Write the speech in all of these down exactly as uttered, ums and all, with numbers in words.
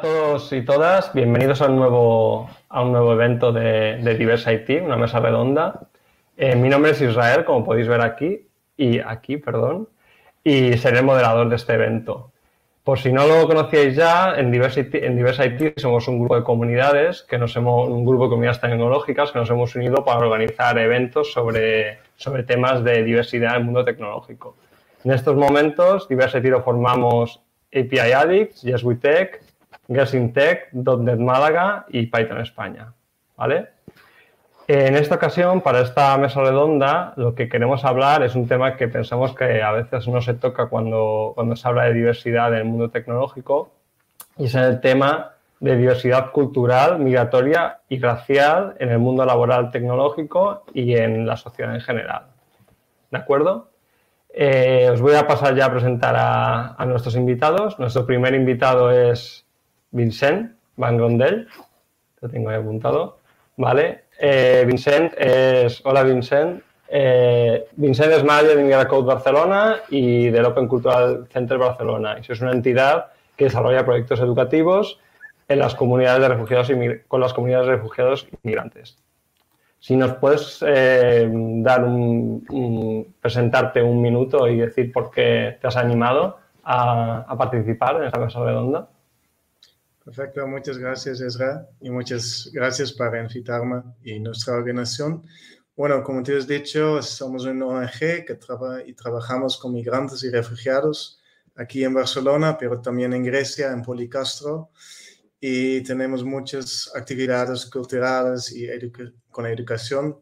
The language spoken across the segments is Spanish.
todos y todas, bienvenidos a un nuevo, a un nuevo evento de, de Diversa I T, una mesa redonda. Eh, mi nombre es Israel, como podéis ver aquí, y aquí, perdón, y seré el moderador de este evento. Por si no lo conocíais ya, en Diversa I T, en Diversa I T somos un grupo de comunidades, que nos hemos, un grupo de comunidades tecnológicas que nos hemos unido para organizar eventos sobre, sobre temas de diversidad en el mundo tecnológico. En estos momentos, Diversa I T lo formamos A P I Addicts, Yes We Tech, Girls in Tech, .punto net Málaga y Python España, ¿vale? En esta ocasión, para esta mesa redonda, lo que queremos hablar es un tema que pensamos que a veces no se toca cuando, cuando se habla de diversidad en el mundo tecnológico, y es el tema de diversidad cultural, migratoria y racial en el mundo laboral tecnológico y en la sociedad en general. ¿De acuerdo? Eh, os voy a pasar ya a presentar a, a nuestros invitados. Nuestro primer invitado es Vincent Van Grondell. Lo tengo ahí apuntado. Vale. Eh, Vincent es... Hola, Vincent. Eh, Vincent es manager de Migracode Barcelona y del Open Cultural Center Barcelona. Es una entidad que desarrolla proyectos educativos en las comunidades de refugiados y con las comunidades de refugiados y migrantes. Si nos puedes eh, dar un, un, presentarte un minuto y decir por qué te has animado a, a participar en esta mesa redonda. Perfecto, muchas gracias, Ezra, y muchas gracias por invitarme y nuestra organización. Bueno, como te has dicho, somos una O N G que traba y trabajamos con migrantes y refugiados aquí en Barcelona, pero también en Grecia, en Policastro. Y tenemos muchas actividades culturales y educa con educación,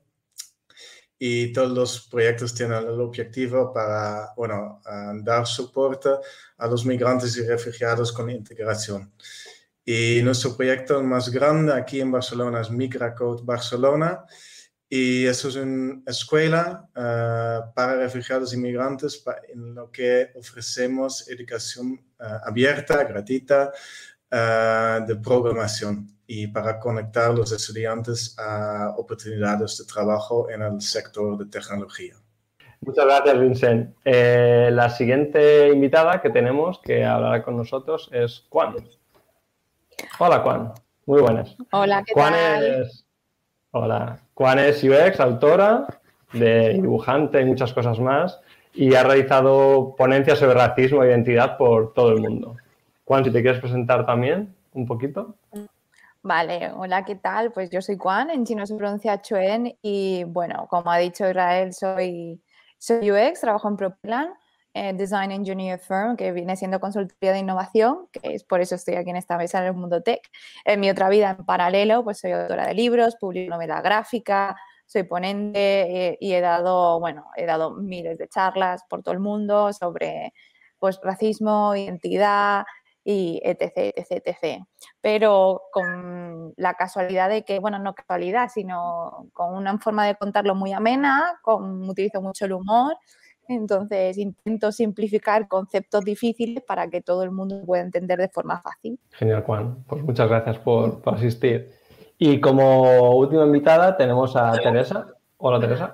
y todos los proyectos tienen el objetivo para, bueno, uh, dar soporte a los migrantes y refugiados con integración. Y nuestro proyecto más grande aquí en Barcelona es Migracode Barcelona, y eso es una escuela uh, para refugiados y migrantes en lo que ofrecemos educación uh, abierta, gratuita, Uh, de programación y para conectar a los estudiantes a oportunidades de trabajo en el sector de tecnología. Muchas gracias, Vincent. Eh, la siguiente invitada que tenemos que hablará con nosotros es Juan. Hola, Juan. Muy buenas. Hola, ¿qué Juan tal? Es... Hola. Juan es U X, autora, de dibujante y muchas cosas más, y ha realizado ponencias sobre racismo e identidad por todo el mundo. Juan, si te quieres presentar también un poquito. Vale, hola, ¿qué tal? Pues yo soy Juan, en chino se pronuncia Chuen, y bueno, como ha dicho Israel, soy, soy U X, trabajo en Proplan, eh, Design Engineer Firm, que viene siendo consultoría de innovación, que es por eso estoy aquí en esta mesa en el mundo tech. En mi otra vida, en paralelo, pues soy autora de libros, publico novela gráfica, soy ponente eh, y he dado, bueno, he dado miles de charlas por todo el mundo sobre pues racismo, identidad, y etc, etc, etc. Pero con la casualidad de que, bueno, no casualidad, sino con una forma de contarlo muy amena, con, utilizo mucho el humor, entonces intento simplificar conceptos difíciles para que todo el mundo pueda entender de forma fácil. Genial, Juan. Pues muchas gracias por, por asistir. Y como última invitada tenemos a Teresa. Hola, Teresa.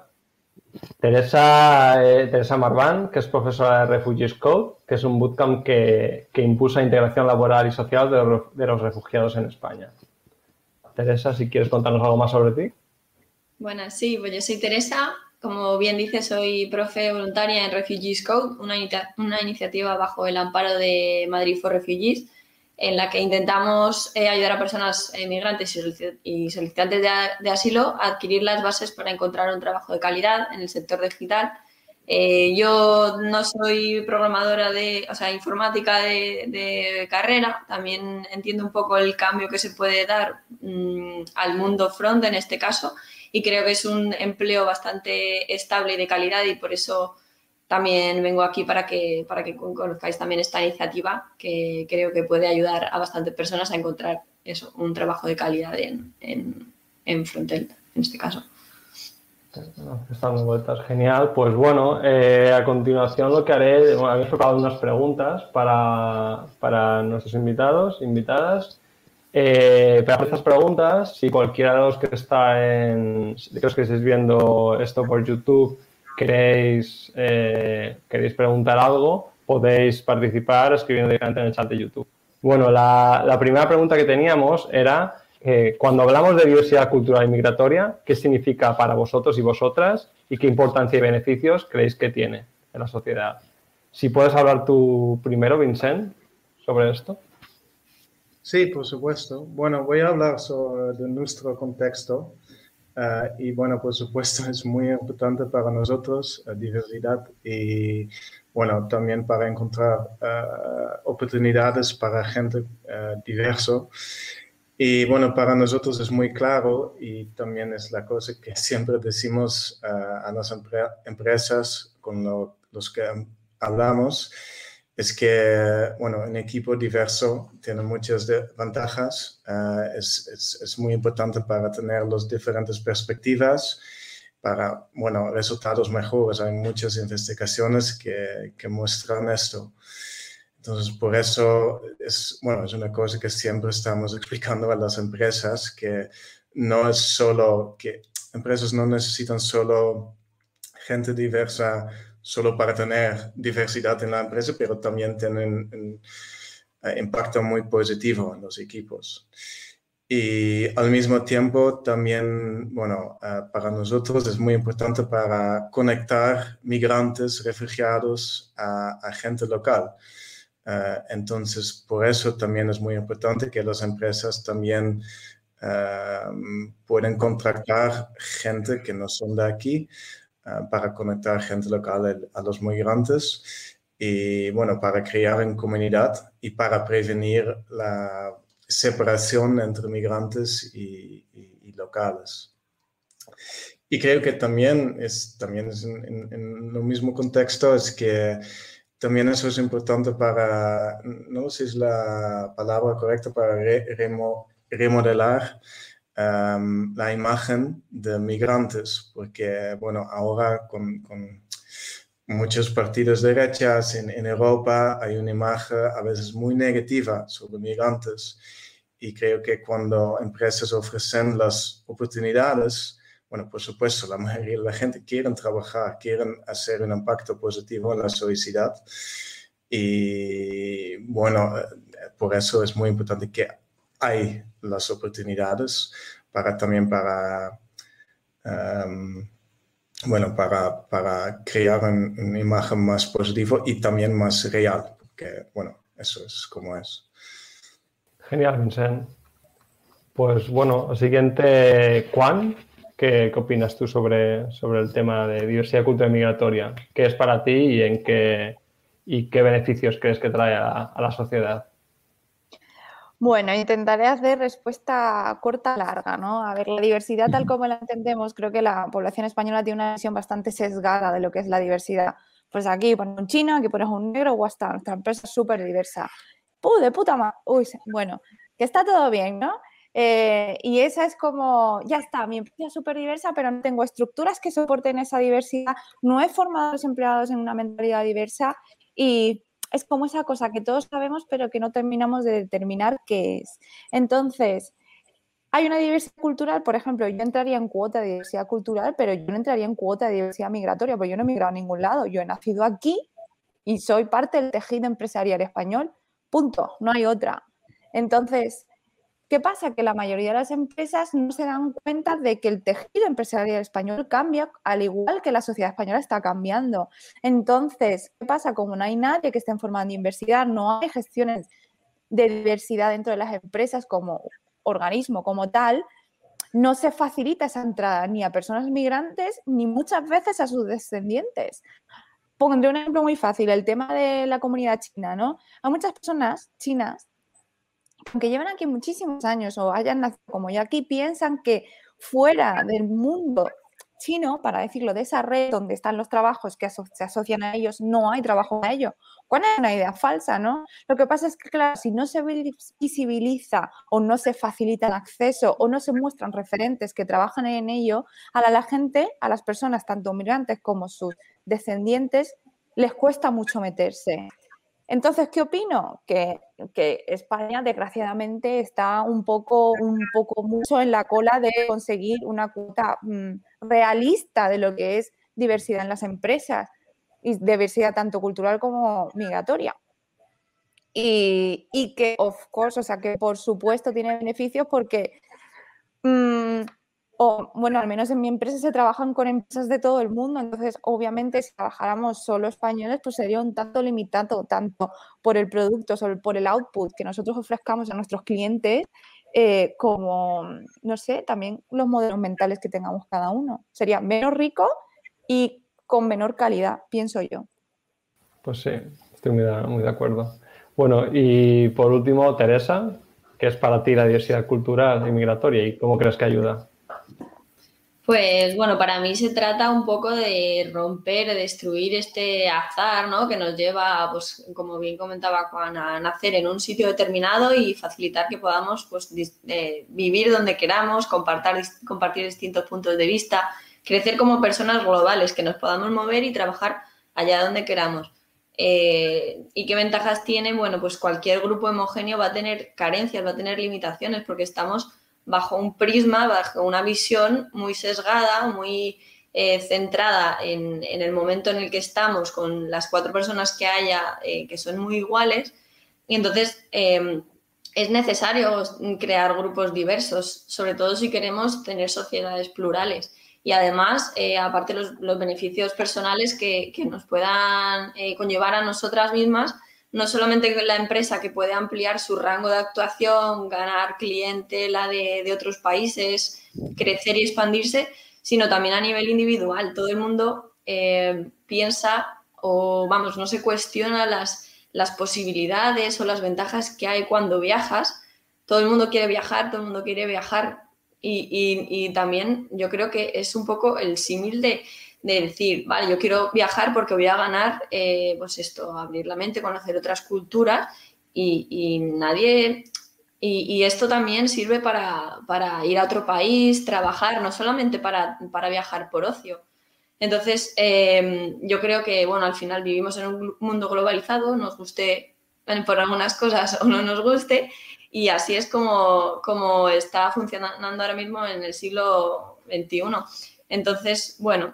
Teresa, eh, Teresa Marván, que es profesora de Refugees Code, que es un bootcamp que, que impulsa integración laboral y social de los, de los refugiados en España. Teresa, si quieres contarnos algo más sobre ti. Bueno, sí, pues yo soy Teresa. Como bien dice, soy profe voluntaria en Refugees Code, una, una iniciativa bajo el amparo de Madrid for Refugees, en la que intentamos eh, ayudar a personas eh, migrantes y solicitantes de, de asilo a adquirir las bases para encontrar un trabajo de calidad en el sector digital. Eh, yo no soy programadora de, o sea, informática de, de carrera, también entiendo un poco el cambio que se puede dar mmm, al mundo front en este caso, y creo que es un empleo bastante estable y de calidad, y por eso también vengo aquí para que, para que conozcáis también esta iniciativa, que creo que puede ayudar a bastantes personas a encontrar eso, un trabajo de calidad en, en, en frontend, en este caso. Están de vueltas, genial. Pues bueno, eh, a continuación lo que haré, bueno, habéis preparado unas preguntas para, para nuestros invitados, invitadas. Eh, para estas preguntas, si cualquiera de los que está en, de los que estéis viendo esto por YouTube queréis, eh, queréis preguntar algo, podéis participar escribiendo directamente en el chat de YouTube. Bueno, la, la primera pregunta que teníamos era, eh, cuando hablamos de diversidad cultural y migratoria, ¿qué significa para vosotros y vosotras y qué importancia y beneficios creéis que tiene en la sociedad? Si puedes hablar tú primero, Vincent, sobre esto. Sí, por supuesto. Bueno, voy a hablar sobre de nuestro contexto. Uh, y bueno, por supuesto, es muy importante para nosotros la uh, diversidad y bueno, también para encontrar uh, oportunidades para gente uh, diverso. Y bueno, para nosotros es muy claro y también es la cosa que siempre decimos uh, a las empre empresas con lo, los que hablamos, es que, bueno, un equipo diverso tiene muchas ventajas. Uh, es, es, es muy importante para tener las diferentes perspectivas, para, bueno, resultados mejores. Hay muchas investigaciones que, que muestran esto. Entonces, por eso es, bueno, es una cosa que siempre estamos explicando a las empresas, que no es solo que empresas no necesitan solo gente diversa solo para tener diversidad en la empresa, pero también tienen un uh, impacto muy positivo en los equipos. Y al mismo tiempo también, bueno, uh, para nosotros es muy importante para conectar migrantes, refugiados a, a gente local. Uh, entonces, por eso también es muy importante que las empresas también uh, pueden contratar gente que no son de aquí, uh, para conectar gente local a los migrantes y, bueno, para crear en comunidad y para prevenir la separación entre migrantes y, y, y locales. Y creo que también es, también es en, en, en el mismo contexto, es que también eso es importante para, no sé si es la palabra correcta, para re, remo, remodelar um, la imagen de migrantes, porque, bueno, ahora con, con muchos partidos de derechas en, en Europa hay una imagen a veces muy negativa sobre migrantes y creo que cuando empresas ofrecen las oportunidades, bueno, por supuesto, la mayoría de la gente quiere trabajar, quieren hacer un impacto positivo en la sociedad y, bueno, por eso es muy importante que hay las oportunidades para también para, um, bueno, para, para crear un, una imagen más positiva y también más real, porque, bueno, eso es como es. Genial, Vincent. Pues, bueno, siguiente, Juan. ¿Qué, ¿Qué opinas tú sobre, sobre el tema de diversidad cultural migratoria? ¿Qué es para ti y, en qué, y qué beneficios crees que trae a, a la sociedad? Bueno, intentaré hacer respuesta corta, larga, ¿no? A ver, la diversidad tal como la entendemos, creo que la población española tiene una visión bastante sesgada de lo que es la diversidad. Pues aquí pones un chino, aquí pones un negro, o hasta nuestra empresa es súper diversa. ¡Puh, de puta madre! Uy, bueno, que está todo bien, ¿no? Eh, y esa es como, ya está, mi empresa es súper diversa, pero no tengo estructuras que soporten esa diversidad, no he formado a los empleados en una mentalidad diversa y es como esa cosa que todos sabemos, pero que no terminamos de determinar qué es. Entonces, hay una diversidad cultural, por ejemplo, yo entraría en cuota de diversidad cultural, pero yo no entraría en cuota de diversidad migratoria, porque yo no he migrado a ningún lado, yo he nacido aquí y soy parte del tejido empresarial español, punto, no hay otra. Entonces, ¿qué pasa? Que la mayoría de las empresas no se dan cuenta de que el tejido empresarial español cambia, al igual que la sociedad española está cambiando. Entonces, ¿qué pasa? Como no hay nadie que esté formando diversidad, no hay gestiones de diversidad dentro de las empresas como organismo, como tal, no se facilita esa entrada ni a personas migrantes ni muchas veces a sus descendientes. Pondré un ejemplo muy fácil, el tema de la comunidad china, ¿no? Hay muchas personas chinas aunque llevan aquí muchísimos años o hayan nacido como yo aquí, piensan que fuera del mundo chino, para decirlo, de esa red donde están los trabajos que aso se asocian a ellos, no hay trabajo a ello. ¿Cuál es una idea falsa, no? Lo que pasa es que, claro, si no se visibiliza o no se facilita el acceso o no se muestran referentes que trabajan en ello, a la, la gente, a las personas, tanto migrantes como sus descendientes, les cuesta mucho meterse. Entonces, ¿qué opino? Que, que España, desgraciadamente, está un poco, un poco mucho en la cola de conseguir una cuota mmm, realista de lo que es diversidad en las empresas y diversidad tanto cultural como migratoria. y, y que, of course, o sea, que por supuesto tiene beneficios porque, mmm, o, bueno, al menos en mi empresa se trabajan con empresas de todo el mundo, entonces obviamente si trabajáramos solo españoles pues sería un tanto limitado, tanto por el producto, o por el output que nosotros ofrezcamos a nuestros clientes, eh, como, no sé, también los modelos mentales que tengamos cada uno. Sería menos rico y con menor calidad, pienso yo. Pues sí, estoy muy de, muy de acuerdo. Bueno, y por último, Teresa, ¿qué es para ti la diversidad cultural y migratoria y cómo crees que ayuda? Pues bueno, para mí se trata un poco de romper, de destruir este azar, ¿no? Que nos lleva, pues como bien comentaba Juan, a nacer en un sitio determinado y facilitar que podamos pues, eh, vivir donde queramos, compartir, compartir distintos puntos de vista, crecer como personas globales, que nos podamos mover y trabajar allá donde queramos. Eh, ¿Y qué ventajas tiene? Bueno, pues cualquier grupo homogéneo va a tener carencias, va a tener limitaciones porque estamos bajo un prisma, bajo una visión muy sesgada, muy eh, centrada en, en el momento en el que estamos, con las cuatro personas que haya eh, que son muy iguales. Y entonces eh, es necesario crear grupos diversos, sobre todo si queremos tener sociedades plurales. Y además, eh, aparte los, los beneficios personales que, que nos puedan eh, conllevar a nosotras mismas, no solamente la empresa que puede ampliar su rango de actuación, ganar clientela de, de otros países, crecer y expandirse, sino también a nivel individual. Todo el mundo eh, piensa o, vamos, no se cuestiona las, las posibilidades o las ventajas que hay cuando viajas. Todo el mundo quiere viajar, todo el mundo quiere viajar y, y, y también yo creo que es un poco el símil de de decir, vale, yo quiero viajar porque voy a ganar, eh, pues esto, abrir la mente, conocer otras culturas y, y nadie... Y, y esto también sirve para, para ir a otro país, trabajar, no solamente para, para viajar por ocio. Entonces, eh, yo creo que, bueno, al final vivimos en un mundo globalizado, nos guste por algunas cosas o no nos guste, y así es como, como está funcionando ahora mismo en el siglo veintiuno. Entonces, bueno,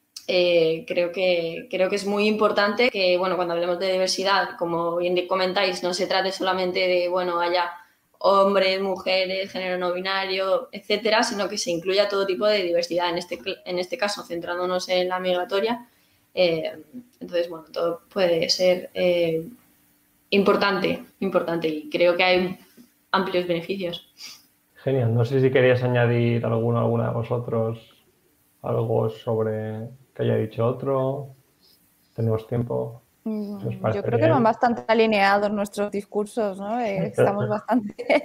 Eh, creo que, creo que es muy importante que, bueno, cuando hablemos de diversidad, como bien comentáis, no se trate solamente de, bueno, haya hombres, mujeres, género no binario, etcétera, sino que se incluya todo tipo de diversidad, en este, en este caso, centrándonos en la migratoria. Eh, entonces, bueno, todo puede ser eh, importante, importante y creo que hay amplios beneficios. Genial. No sé si querías añadir alguno, alguna de vosotros, algo sobre... que haya dicho otro. Tenemos tiempo. Yo creo que van bastante alineados nuestros discursos, ¿no? Eh, estamos bastante...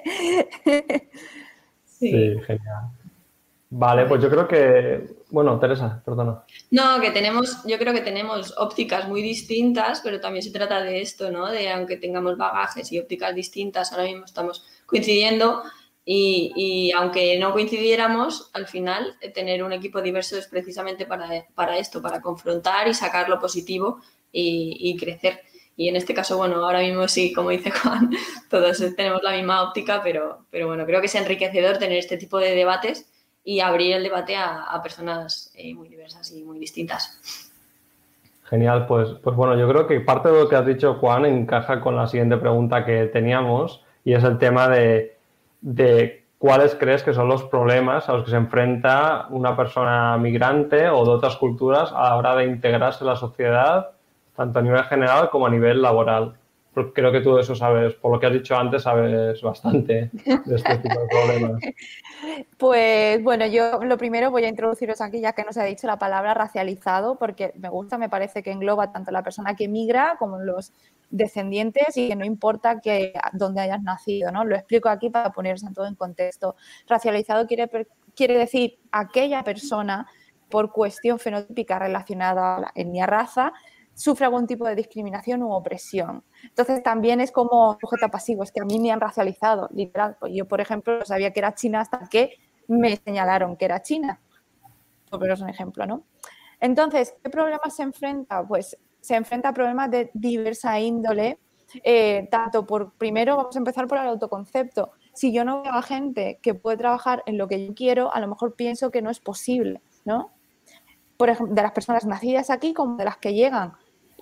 sí. Sí, genial. Vale, pues yo creo que... Bueno, Teresa, perdona. No, que tenemos, yo creo que tenemos ópticas muy distintas, pero también se trata de esto, ¿no? De aunque tengamos bagajes y ópticas distintas, ahora mismo estamos coincidiendo. Y, y aunque no coincidiéramos, al final tener un equipo diverso es precisamente para, para esto, para confrontar y sacar lo positivo y, y crecer. Y en este caso, bueno, ahora mismo sí, como dice Juan, todos tenemos la misma óptica, pero, pero bueno, creo que es enriquecedor tener este tipo de debates y abrir el debate a, a personas eh, muy diversas y muy distintas. Genial, pues, pues bueno, yo creo que parte de lo que has dicho, Juan, encaja con la siguiente pregunta que teníamos y es el tema de de cuáles crees que son los problemas a los que se enfrenta una persona migrante o de otras culturas a la hora de integrarse en la sociedad, tanto a nivel general como a nivel laboral. Porque creo que tú eso sabes, por lo que has dicho antes, sabes bastante de este tipo de problemas. Pues bueno, yo lo primero voy a introduciros aquí, ya que nos ha dicho la palabra racializado, porque me gusta, me parece que engloba tanto la persona que migra como los descendientes y que no importa que dónde hayas nacido, ¿no? Lo explico aquí para ponerse todo en contexto. Racializado quiere, quiere decir aquella persona por cuestión fenotípica relacionada a la etnia raza sufre algún tipo de discriminación u opresión. Entonces también es como sujeto pasivo, es que a mí me han racializado, literal. Pues yo, por ejemplo, no sabía que era china hasta que me señalaron que era china. Por poneros un ejemplo, ¿no? Entonces, ¿qué problemas se enfrenta? Pues se enfrenta a problemas de diversa índole, eh, tanto por, primero vamos a empezar por el autoconcepto. Si yo no veo a gente que puede trabajar en lo que yo quiero, a lo mejor pienso que no es posible, ¿no? Por ejemplo, de las personas nacidas aquí como de las que llegan.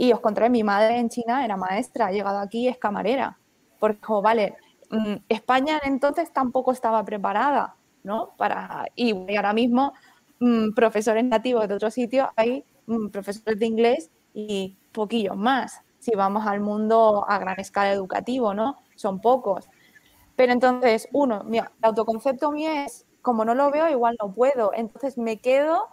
Y os contaré, mi madre en China era maestra, ha llegado aquí y es camarera. Porque, como, vale, España entonces tampoco estaba preparada, ¿no? Para, y, y ahora mismo, mmm, profesores nativos de otros sitios, hay mmm, profesores de inglés y poquillos más. Si vamos al mundo a gran escala educativo, ¿no? Son pocos. Pero entonces, uno, mira, el autoconcepto mío es, como no lo veo, igual no puedo. Entonces me quedo,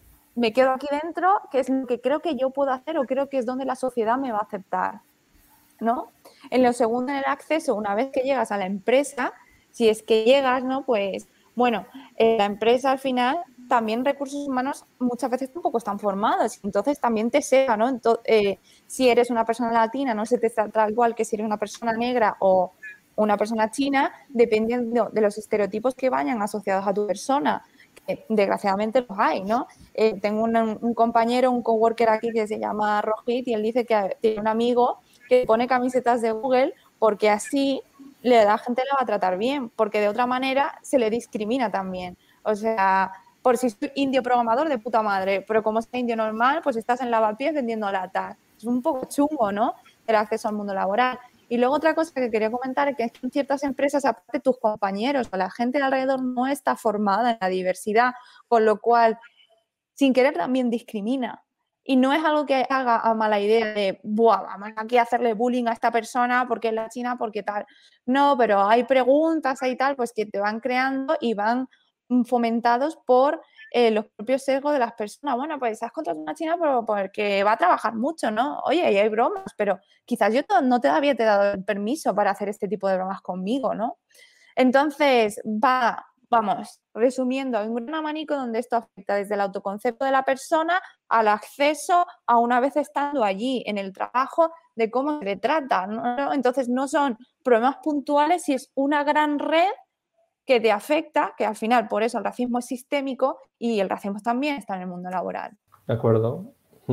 me quedo aquí dentro, que es lo que creo que yo puedo hacer o creo que es donde la sociedad me va a aceptar, ¿no? En lo segundo, en el acceso, una vez que llegas a la empresa, si es que llegas, ¿no? Pues, bueno, eh, la empresa al final, también recursos humanos muchas veces tampoco están formados, entonces también te seca, ¿no? Entonces, eh, si eres una persona latina, no se te trata igual que si eres una persona negra o una persona china, dependiendo de los estereotipos que vayan asociados a tu persona, que desgraciadamente los hay, ¿no? Eh, tengo un, un compañero, un coworker aquí que se llama Rojit y él dice que tiene un amigo que pone camisetas de Google porque así la gente le va a tratar bien, porque de otra manera se le discrimina también. O sea, por si soy indio programador de puta madre, pero como es indio normal, pues estás en lavapiés vendiendo latas. Es un poco chungo, ¿no? El acceso al mundo laboral. Y luego otra cosa que quería comentar es que en ciertas empresas, aparte tus compañeros o la gente de alrededor no está formada en la diversidad, con lo cual, sin querer, también discrimina. Y no es algo que haga a mala idea de, buah, vamos aquí a hacerle bullying a esta persona porque es la china, porque tal. No, pero hay preguntas y tal, pues que te van creando y van fomentados por eh, los propios sesgos de las personas. Bueno, pues has contratado una china pero porque va a trabajar mucho, ¿no? Oye, y hay bromas, pero quizás yo no te había te dado el permiso para hacer este tipo de bromas conmigo, ¿no? Entonces, va... Vamos, resumiendo, hay un gran abanico donde esto afecta desde el autoconcepto de la persona al acceso a una vez estando allí en el trabajo de cómo se le trata, ¿no? Entonces no son problemas puntuales, si es una gran red que te afecta, que al final por eso el racismo es sistémico y el racismo también está en el mundo laboral. De acuerdo.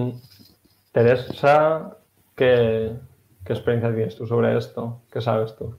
Teresa, ¿qué, qué experiencia tienes tú sobre esto? ¿Qué sabes tú?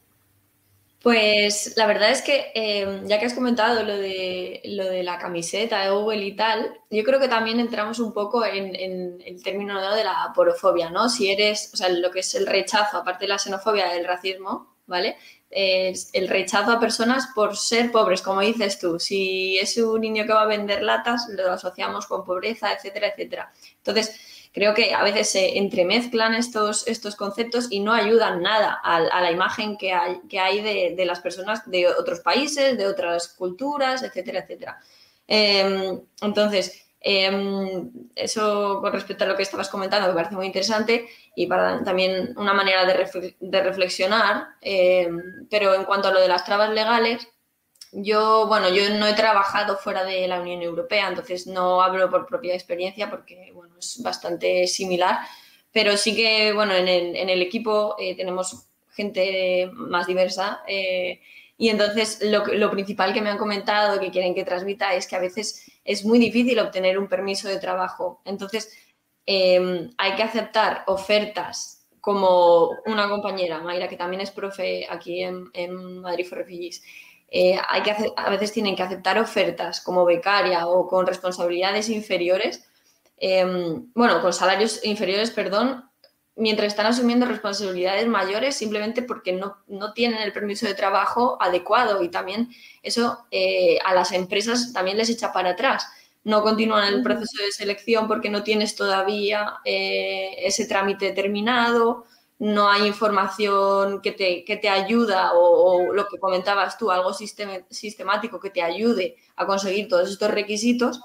Pues la verdad es que eh, ya que has comentado lo de, lo de la camiseta de Google y tal, yo creo que también entramos un poco en, en el término, ¿no?, de la porofobia, ¿no? Si eres, o sea, lo que es el rechazo, aparte de la xenofobia, del racismo, ¿vale? Es el rechazo a personas por ser pobres, como dices tú. Si es un niño que va a vender latas, lo asociamos con pobreza, etcétera, etcétera. Entonces, creo que a veces se entremezclan estos, estos conceptos y no ayudan nada a, a la imagen que hay, que hay de, de las personas de otros países, de otras culturas, etcétera, etcétera. Eh, entonces, eh, eso con respecto a lo que estabas comentando me parece muy interesante y para también una manera de, refle de reflexionar. Eh, pero en cuanto a lo de las trabas legales, Yo, bueno, yo no he trabajado fuera de la Unión Europea, entonces no hablo por propia experiencia porque, bueno, es bastante similar, pero sí que, bueno, en el, en el equipo eh, tenemos gente más diversa eh, y entonces lo, lo principal que me han comentado que quieren que transmita es que a veces es muy difícil obtener un permiso de trabajo. Entonces, eh, hay que aceptar ofertas como una compañera, Mayra, que también es profe aquí en, en Madrid for Refugees. Eh, hay que hacer, a veces tienen que aceptar ofertas como becaria o con responsabilidades inferiores, eh, bueno, con salarios inferiores, perdón, mientras están asumiendo responsabilidades mayores simplemente porque no, no tienen el permiso de trabajo adecuado y también eso eh, a las empresas también les echa para atrás. No continúan el proceso de selección porque no tienes todavía eh, ese trámite terminado. No hay información que te, que te ayuda o, o lo que comentabas tú, algo sistem, sistemático que te ayude a conseguir todos estos requisitos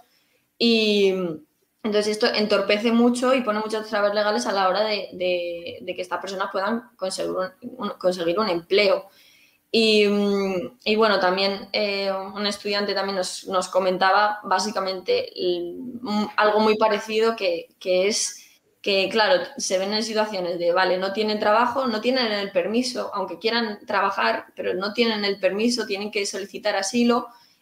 y entonces esto entorpece mucho y pone muchas trabas legales a la hora de, de, de que estas personas puedan conseguir un, un, conseguir un empleo. Y, y bueno, también eh, un estudiante también nos, nos comentaba básicamente el, algo muy parecido que, que es que, claro, se ven en situaciones de, vale, no tienen trabajo, no tienen el permiso, aunque quieran trabajar, pero no tienen el permiso, tienen que solicitar asilo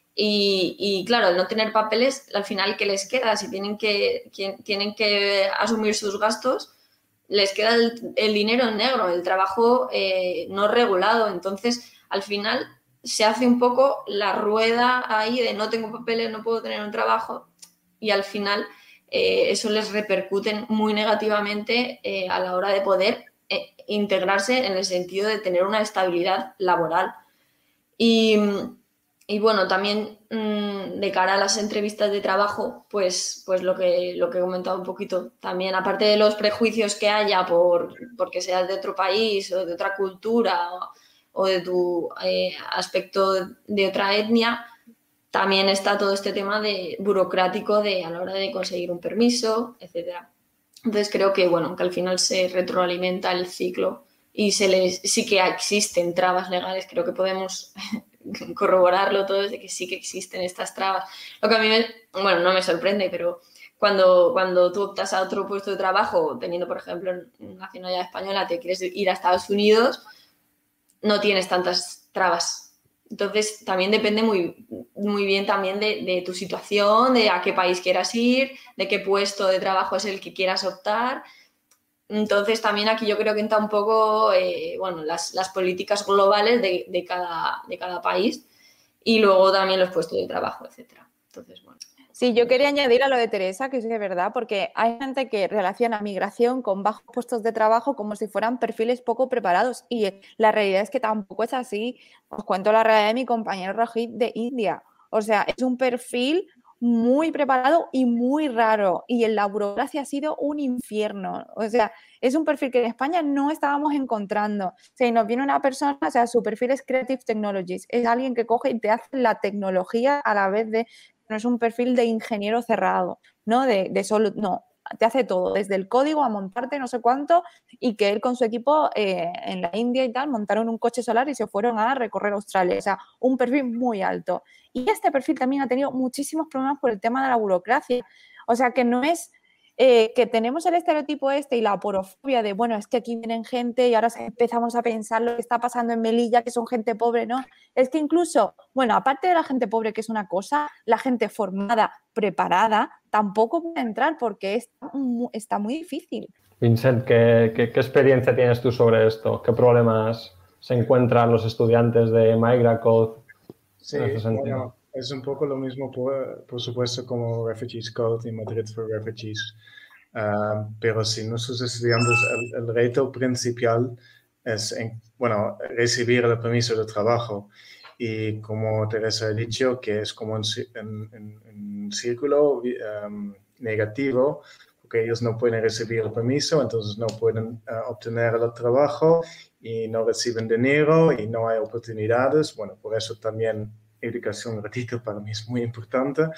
y, y claro, al no tener papeles, al final, ¿qué les queda? Si tienen que, que, tienen que asumir sus gastos, les queda el, el dinero en negro, el trabajo eh, no regulado. Entonces, al final, se hace un poco la rueda ahí de no tengo papeles, no puedo tener un trabajo y al final eh, eso les repercute muy negativamente eh, a la hora de poder eh, integrarse en el sentido de tener una estabilidad laboral. Y, y bueno, también mmm, de cara a las entrevistas de trabajo, pues, pues lo, que, lo que he comentado un poquito, también aparte de los prejuicios que haya por porque seas de otro país o de otra cultura o, o de tu eh, aspecto de otra etnia, también está todo este tema de burocrático de a la hora de conseguir un permiso, etcétera. Entonces creo que, bueno, que al final se retroalimenta el ciclo y se les, sí que existen trabas legales, creo que podemos corroborarlo todo, de que sí que existen estas trabas. Lo que a mí, me, bueno, no me sorprende, pero cuando, cuando tú optas a otro puesto de trabajo, teniendo, por ejemplo, nacionalidad española, te quieres ir a Estados Unidos, no tienes tantas trabas. Entonces, también depende muy, muy bien también de, de tu situación, de a qué país quieras ir, de qué puesto de trabajo es el que quieras optar. Entonces, también aquí yo creo que entra un poco eh, bueno, las, las políticas globales de, de, cada, de cada país y luego también los puestos de trabajo, etcétera. Entonces, bueno. Sí, yo quería añadir a lo de Teresa, que es de verdad, porque hay gente que relaciona migración con bajos puestos de trabajo como si fueran perfiles poco preparados y la realidad es que tampoco es así. Os cuento la realidad de mi compañero Rohit de India. O sea, es un perfil muy preparado y muy raro y en la burocracia ha sido un infierno. O sea, es un perfil que en España no estábamos encontrando. O sea, y nos viene una persona, o sea, su perfil es Creative Technologies. Es alguien que coge y te hace la tecnología a la vez de... No es un perfil de ingeniero cerrado, ¿no? De, de solo, no, te hace todo, desde el código a montarte no sé cuánto y que él con su equipo eh, en la India y tal montaron un coche solar y se fueron a recorrer Australia. O sea, un perfil muy alto. Y este perfil también ha tenido muchísimos problemas por el tema de la burocracia. O sea, que no es... Eh, que tenemos el estereotipo este y la aporofobia de, bueno, es que aquí vienen gente y ahora empezamos a pensar lo que está pasando en Melilla, que son gente pobre, ¿no? Es que incluso, bueno, aparte de la gente pobre, que es una cosa, la gente formada, preparada, tampoco puede entrar porque es, está muy difícil. Vincent, ¿qué, qué, ¿qué experiencia tienes tú sobre esto? ¿Qué problemas se encuentran los estudiantes de MigraCode sí, en ese sentido? Bueno, es un poco lo mismo, por, por supuesto, como Refugees Code y Madrid for Refugees. Uh, pero si nuestros estudiantes, el, el reto principal es, en, bueno, recibir el permiso de trabajo. Y como Teresa ha dicho, que es como un, un, un círculo um, negativo, porque ellos no pueden recibir el permiso, entonces no pueden uh, obtener el trabajo y no reciben dinero y no hay oportunidades. Bueno, por eso también educación gratuita para mí es muy importante.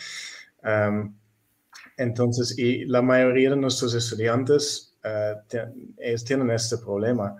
Um, entonces, y la mayoría de nuestros estudiantes uh, ellos tienen este problema.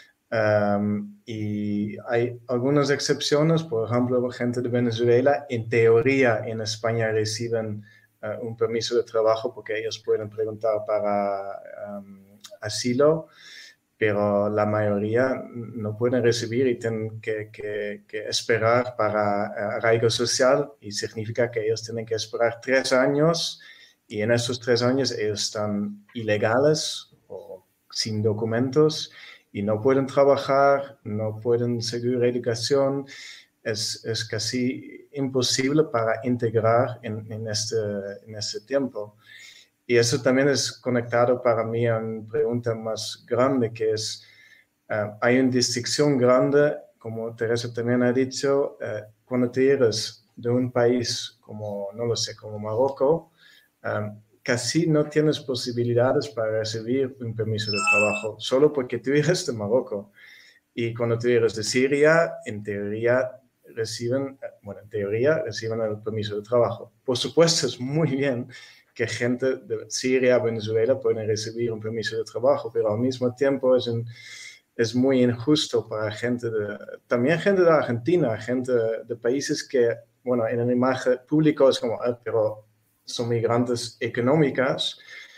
Um, y hay algunas excepciones, por ejemplo, gente de Venezuela, en teoría en España reciben uh, un permiso de trabajo porque ellos pueden preguntar para um, asilo, pero la mayoría no pueden recibir y tienen que, que, que esperar para uh, arraigo social y significa que ellos tienen que esperar tres años y en esos tres años ellos están ilegales o sin documentos y no pueden trabajar, no pueden seguir educación, es, es casi imposible para integrar en, en, este, en este tiempo. Y eso también es conectado para mí a una pregunta más grande, que es, uh, hay una distinción grande, como Teresa también ha dicho, uh, cuando te eres de un país como, no lo sé, como Marruecos, um, casi no tienes posibilidades para recibir un permiso de trabajo, solo porque tú eres de Marruecos. Y cuando tú eres de Siria, en teoría reciben, bueno, en teoría reciben el permiso de trabajo. Por supuesto, es muy bien que gente de Siria, Venezuela pueden recibir un permiso de trabajo, pero al mismo tiempo es, un, es muy injusto para gente de, también gente de Argentina, gente de, de países que, bueno, en la imagen pública es como, eh, pero son migrantes económicas,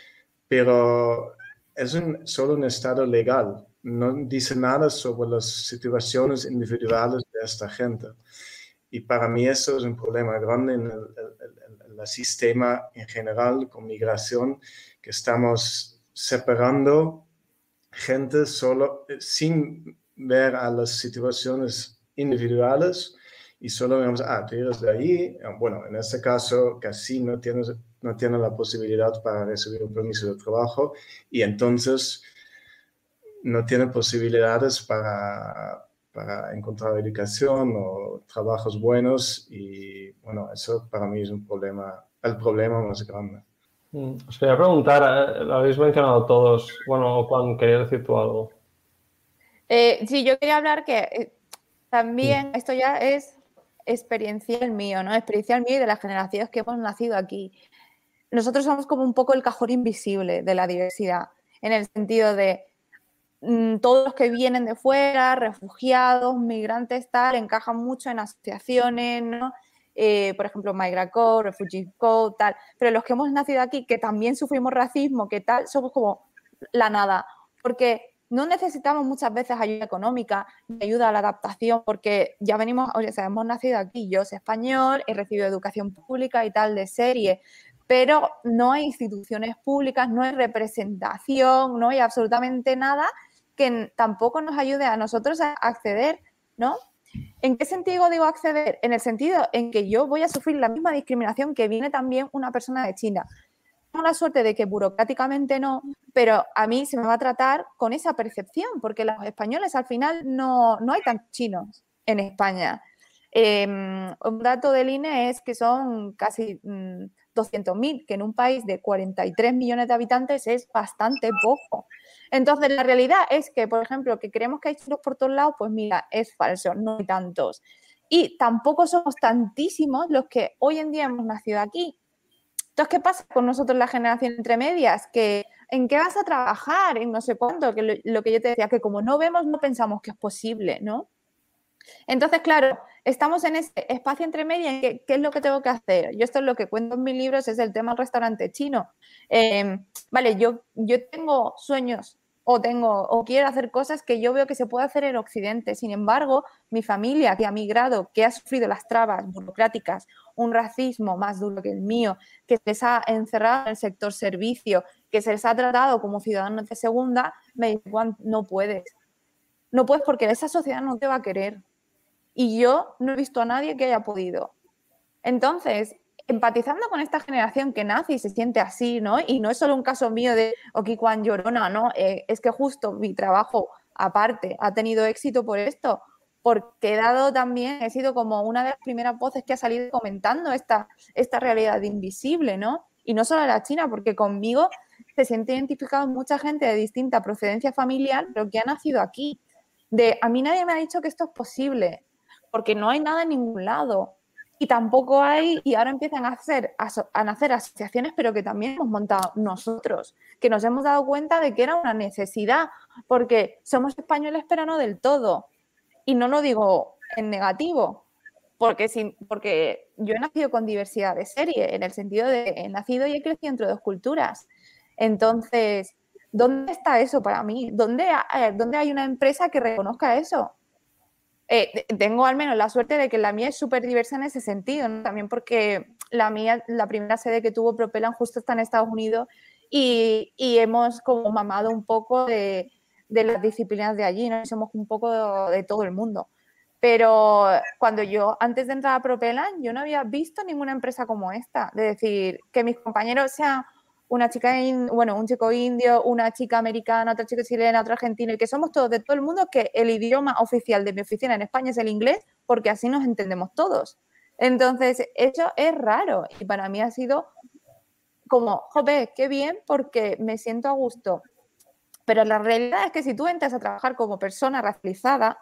pero es un, solo un estado legal. No dice nada sobre las situaciones individuales de esta gente. Y para mí eso es un problema grande en el, el, el, el sistema en general con migración, que estamos separando gente solo sin ver a las situaciones individuales y solo vemos, ah, tú eres de ahí, bueno, en este caso casi no tienes no tiene la posibilidad para recibir un permiso de trabajo y entonces no tiene posibilidades para, para encontrar educación o trabajos buenos y bueno, eso para mí es un problema, el problema más grande. Os quería preguntar, lo habéis mencionado todos, bueno, Juan, quería decir tú algo. Eh, sí, yo quería hablar que eh, también sí. Esto ya es experiencial mío, ¿no? Experiencial mío y de las generaciones que hemos nacido aquí. Nosotros somos como un poco el cajón invisible de la diversidad, en el sentido de mmm, todos los que vienen de fuera, refugiados, migrantes, tal, encajan mucho en asociaciones, ¿no? Eh, por ejemplo, Migrant Code, Refugee Code, tal, pero los que hemos nacido aquí, que también sufrimos racismo, que tal, somos como la nada, porque no necesitamos muchas veces ayuda económica ni ayuda a la adaptación, porque ya venimos, o sea, hemos nacido aquí, yo soy español, he recibido educación pública y tal de serie, pero no hay instituciones públicas, no hay representación, no hay absolutamente nada que tampoco nos ayude a nosotros a acceder, ¿no? ¿En qué sentido digo acceder? En el sentido en que yo voy a sufrir la misma discriminación que viene también una persona de China. Tengo la suerte de que burocráticamente no, pero a mí se me va a tratar con esa percepción, porque los españoles al final no, no hay tantos chinos en España. Eh, un dato del I N E es que son casi mmm, doscientos mil, que en un país de cuarenta y tres millones de habitantes es bastante poco. Entonces, la realidad es que, por ejemplo, que creemos que hay chinos por todos lados, pues mira, es falso, no hay tantos. Y tampoco somos tantísimos los que hoy en día hemos nacido aquí. Entonces, ¿qué pasa con nosotros, la generación entre medias? Que ¿en qué vas a trabajar? En no sé cuánto, que lo, lo que yo te decía, que como no vemos, no pensamos que es posible, ¿no? Entonces, claro, estamos en ese espacio entre medias. ¿Qué, ¿Qué es lo que tengo que hacer? Yo esto es lo que cuento en mis libros, es el tema del restaurante chino. Eh, vale, yo, yo tengo sueños o, tengo, o quiero hacer cosas que yo veo que se puede hacer en Occidente. Sin embargo, mi familia que ha migrado, que ha sufrido las trabas burocráticas, un racismo más duro que el mío, que se les ha encerrado en el sector servicio, que se les ha tratado como ciudadanos de segunda, me dicen, Juan, no puedes. No puedes porque esa sociedad no te va a querer. Y yo no he visto a nadie que haya podido. Entonces, empatizando con esta generación que nace y se siente así, ¿no? Y no es solo un caso mío de Oki Kwan Llorona, ¿no? Eh, es que justo mi trabajo, aparte, ha tenido éxito por esto, porque he dado también, he sido como una de las primeras voces que ha salido comentando esta, esta realidad invisible, ¿no? Y no solo la China, porque conmigo se siente identificado mucha gente de distinta procedencia familiar, pero que ha nacido aquí. De, a mí nadie me ha dicho que esto es posible, porque no hay nada en ningún lado. Y tampoco hay, y ahora empiezan a, hacer, a, a nacer asociaciones, pero que también hemos montado nosotros, que nos hemos dado cuenta de que era una necesidad, porque somos españoles, pero no del todo. Y no lo digo en negativo, porque, sin, porque yo he nacido con diversidad de serie, en el sentido de he nacido y he crecido entre dos culturas. Entonces, ¿dónde está eso para mí? ¿Dónde, ¿dónde hay una empresa que reconozca eso? Eh, tengo al menos la suerte de que la mía es súper diversa en ese sentido, ¿no? También porque la mía, la primera sede que tuvo Propellan justo está en Estados Unidos y, y hemos como mamado un poco de, de las disciplinas de allí, ¿no? Somos un poco de, de todo el mundo. Pero cuando yo, antes de entrar a Propellan, yo no había visto ninguna empresa como esta, de decir, que mis compañeros sean una chica, in, bueno, un chico indio, una chica americana, otra chica chilena, otra argentina, y que somos todos de todo el mundo, que el idioma oficial de mi oficina en España es el inglés, porque así nos entendemos todos. Entonces, eso es raro y para mí ha sido como, joder, qué bien, porque me siento a gusto. Pero la realidad es que si tú entras a trabajar como persona racializada,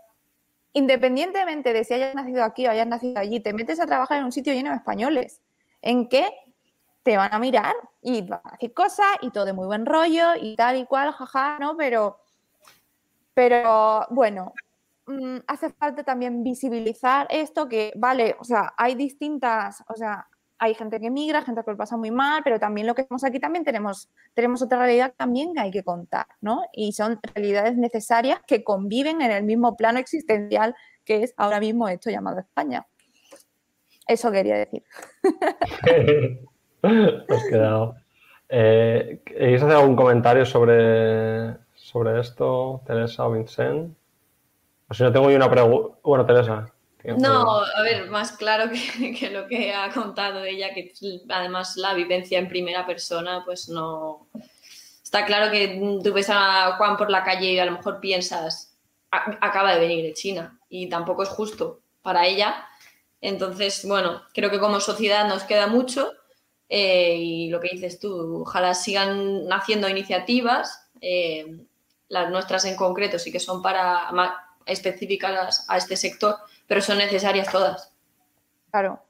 independientemente de si hayas nacido aquí o hayas nacido allí, te metes a trabajar en un sitio lleno de españoles, en que te van a mirar y van a decir cosas y todo de muy buen rollo y tal y cual, jaja, ¿no? Pero, pero bueno, mmm, hace falta también visibilizar esto que, vale, o sea, hay distintas, o sea, hay gente que migra, gente que lo pasa muy mal, pero también lo que estamos aquí también tenemos, tenemos otra realidad también que hay que contar, ¿no? Y son realidades necesarias que conviven en el mismo plano existencial que es ahora mismo esto llamado España. Eso quería decir. Has quedado. Eh, ¿Queréis hacer algún comentario sobre, sobre esto, Teresa o Vincent? O si no, tengo yo una pregunta. Bueno, Teresa. No, a ver, más claro que, que lo que ha contado ella, que además la vivencia en primera persona, pues no... Está claro que tú ves a Juan por la calle y a lo mejor piensas, acaba de venir de China y tampoco es justo para ella. Entonces, bueno, creo que como sociedad nos queda mucho eh, y lo que dices tú, ojalá sigan haciendo iniciativas, eh, las nuestras en concreto sí que son para más específicas a este sector, pero son necesarias todas. Claro.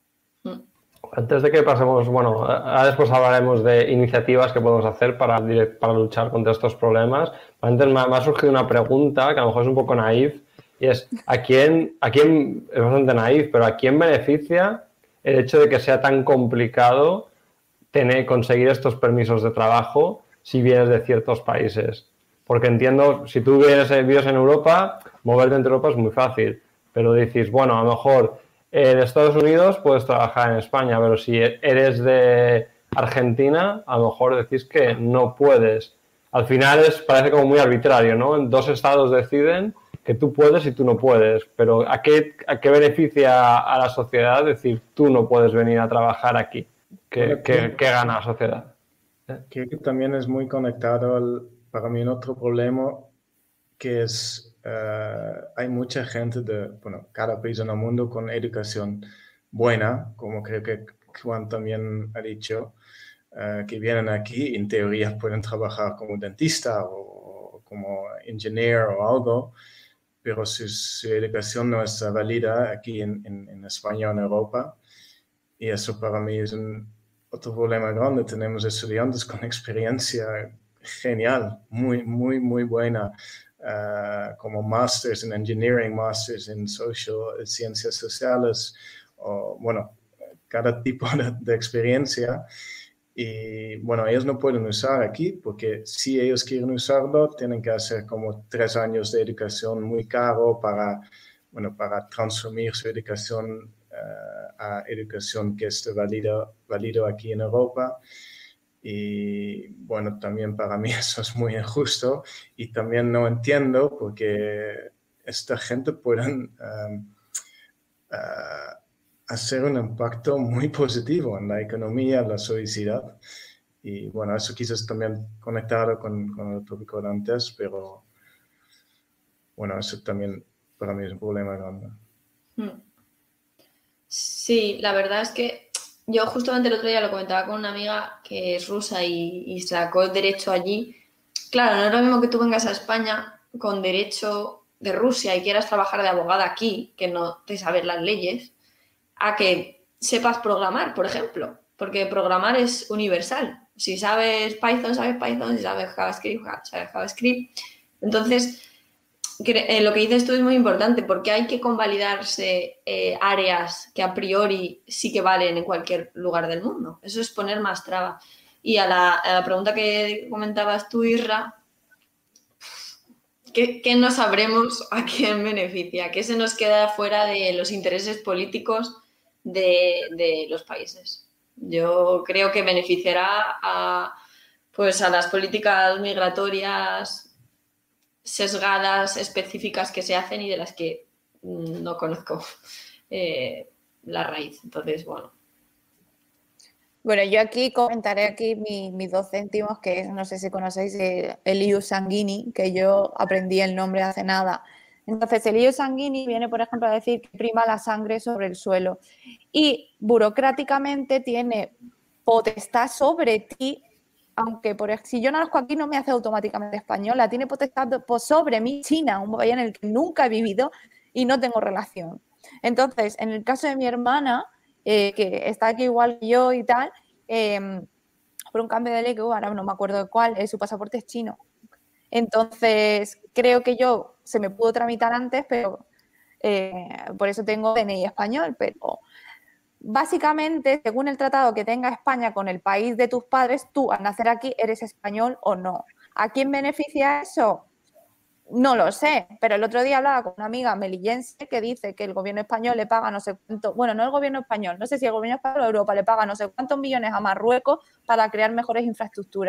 Mm. Antes de que pasemos, bueno, ahora después hablaremos de iniciativas que podemos hacer para, para luchar contra estos problemas. Antes me ha, me ha surgido una pregunta que a lo mejor es un poco naif y es, ¿a quién, a quién, es bastante naif, pero a quién beneficia el hecho de que sea tan complicado tener, conseguir estos permisos de trabajo si vienes de ciertos países? Porque entiendo, si tú vienes, vives en Europa, moverte entre Europa es muy fácil, pero dices, bueno, a lo mejor en Estados Unidos puedes trabajar en España, pero si eres de Argentina, a lo mejor decís que no puedes. Al final es, parece como muy arbitrario, ¿no? Dos estados deciden que tú puedes y tú no puedes, pero ¿a qué, a qué beneficia a la sociedad decir tú no puedes venir a trabajar aquí? ¿Qué, qué, qué gana la sociedad? Creo que también es muy conectado al, para mí, en otro problema que es... Uh, hay mucha gente de, bueno, cada país en el mundo con educación buena, como creo que Juan también ha dicho, uh, que vienen aquí y en teoría pueden trabajar como dentista o, o como ingeniero o algo, pero su, su educación no está válida aquí en, en, en España o en Europa, y eso para mí es un, otro problema grande. Tenemos estudiantes con experiencia genial, muy, muy, muy buena, Uh, como masters en engineering, masters en social, ciencias sociales, o bueno, cada tipo de, de experiencia. Y bueno, ellos no pueden usar aquí porque si ellos quieren usarlo, tienen que hacer como tres años de educación muy caro para, bueno, para transformar su educación uh, a educación que esté válido, válido aquí en Europa. Y bueno, también para mí eso es muy injusto y también no entiendo porque esta gente puede um, uh, hacer un impacto muy positivo en la economía, la sociedad. Y bueno, eso quizás también conectado con, con el tópico de antes, pero bueno, eso también para mí es un problema grande. Sí, la verdad es que yo justamente el otro día lo comentaba con una amiga que es rusa y, y sacó derecho allí. Claro, no es lo mismo que tú vengas a España con derecho de Rusia y quieras trabajar de abogada aquí, que no te sabes las leyes, a que sepas programar, por ejemplo, porque programar es universal. Si sabes Python, sabes Python, si sabes JavaScript, sabes JavaScript. Entonces, lo que dices tú es muy importante porque hay que convalidarse eh, áreas que a priori sí que valen en cualquier lugar del mundo. Eso es poner más trabas. Y a la, a la pregunta que comentabas tú, Isra, ¿qué, qué no sabremos a quién beneficia? ¿Qué se nos queda fuera de los intereses políticos de, de los países? Yo creo que beneficiará a, pues, a las políticas migratorias sesgadas, específicas que se hacen y de las que no conozco eh, la raíz. Entonces, bueno. Bueno, yo aquí comentaré aquí mi, mis dos céntimos, que no sé si conocéis el ius sanguini, que yo aprendí el nombre hace nada. Entonces, el ius sanguini viene, por ejemplo, a decir que prima la sangre sobre el suelo y burocráticamente tiene potestad sobre ti, aunque por, si yo nazco aquí no me hace automáticamente española, tiene potestad sobre mí China, un país en el que nunca he vivido y no tengo relación. Entonces, en el caso de mi hermana, eh, que está aquí igual que yo y tal, eh, por un cambio de ley que hubo, ahora no me acuerdo de cuál, eh, su pasaporte es chino. Entonces, creo que yo se me pudo tramitar antes, pero eh, por eso tengo D N I español, pero básicamente, según el tratado que tenga España con el país de tus padres, tú al nacer aquí eres español o no. ¿A quién beneficia eso? No lo sé, pero el otro día hablaba con una amiga melillense que dice que el gobierno español le paga no sé cuánto, bueno, no el gobierno español, no sé si el gobierno español o Europa le paga no sé cuántos millones a Marruecos para crear mejores infraestructuras.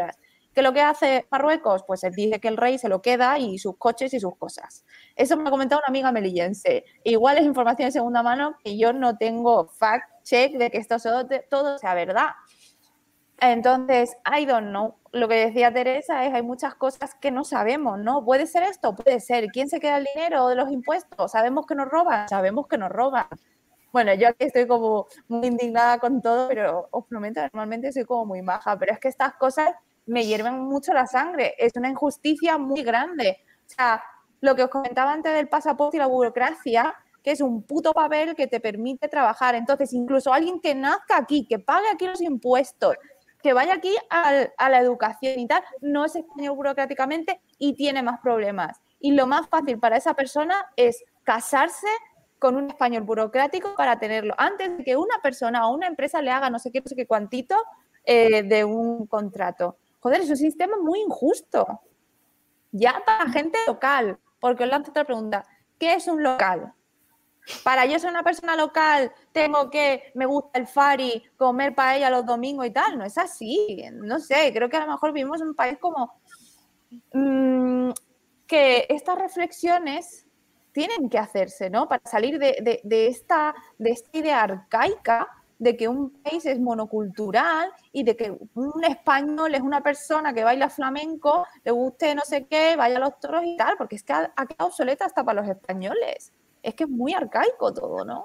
¿Qué es lo que hace Marruecos? Pues él dice que el rey se lo queda y sus coches y sus cosas. Eso me ha comentado una amiga melillense. Igual es información de segunda mano que yo no tengo fact-check de que esto todo, todo sea verdad. Entonces, I don't know. Lo que decía Teresa es hay muchas cosas que no sabemos, ¿no? ¿Puede ser esto? Puede ser. ¿Quién se queda el dinero de los impuestos? ¿Sabemos que nos roban? Sabemos que nos roban. Bueno, yo aquí estoy como muy indignada con todo, pero os prometo, normalmente soy como muy maja, pero es que estas cosas me hierven mucho la sangre. Es una injusticia muy grande. O sea, lo que os comentaba antes del pasaporte y la burocracia, que es un puto papel que te permite trabajar. Entonces, incluso alguien que nazca aquí, que pague aquí los impuestos, que vaya aquí al, a la educación y tal, no es español burocráticamente y tiene más problemas. Y lo más fácil para esa persona es casarse con un español burocrático para tenerlo, antes de que una persona o una empresa le haga no sé qué, no sé qué cuantito eh, de un contrato. Joder, es un sistema muy injusto. Ya para la gente local, porque os lanzo otra pregunta. ¿Qué es un local? Para yo ser una persona local, tengo que, me gusta el fari, comer paella los domingos y tal. No es así. No sé, creo que a lo mejor vivimos en un país como mmm, que estas reflexiones tienen que hacerse, ¿no? Para salir de, de, de, esta, de esta idea arcaica de que un país es monocultural y de que un español es una persona que baila flamenco, le guste no sé qué, vaya a los toros y tal, porque es que ha, ha quedado obsoleta hasta para los españoles. Es que es muy arcaico todo, ¿no?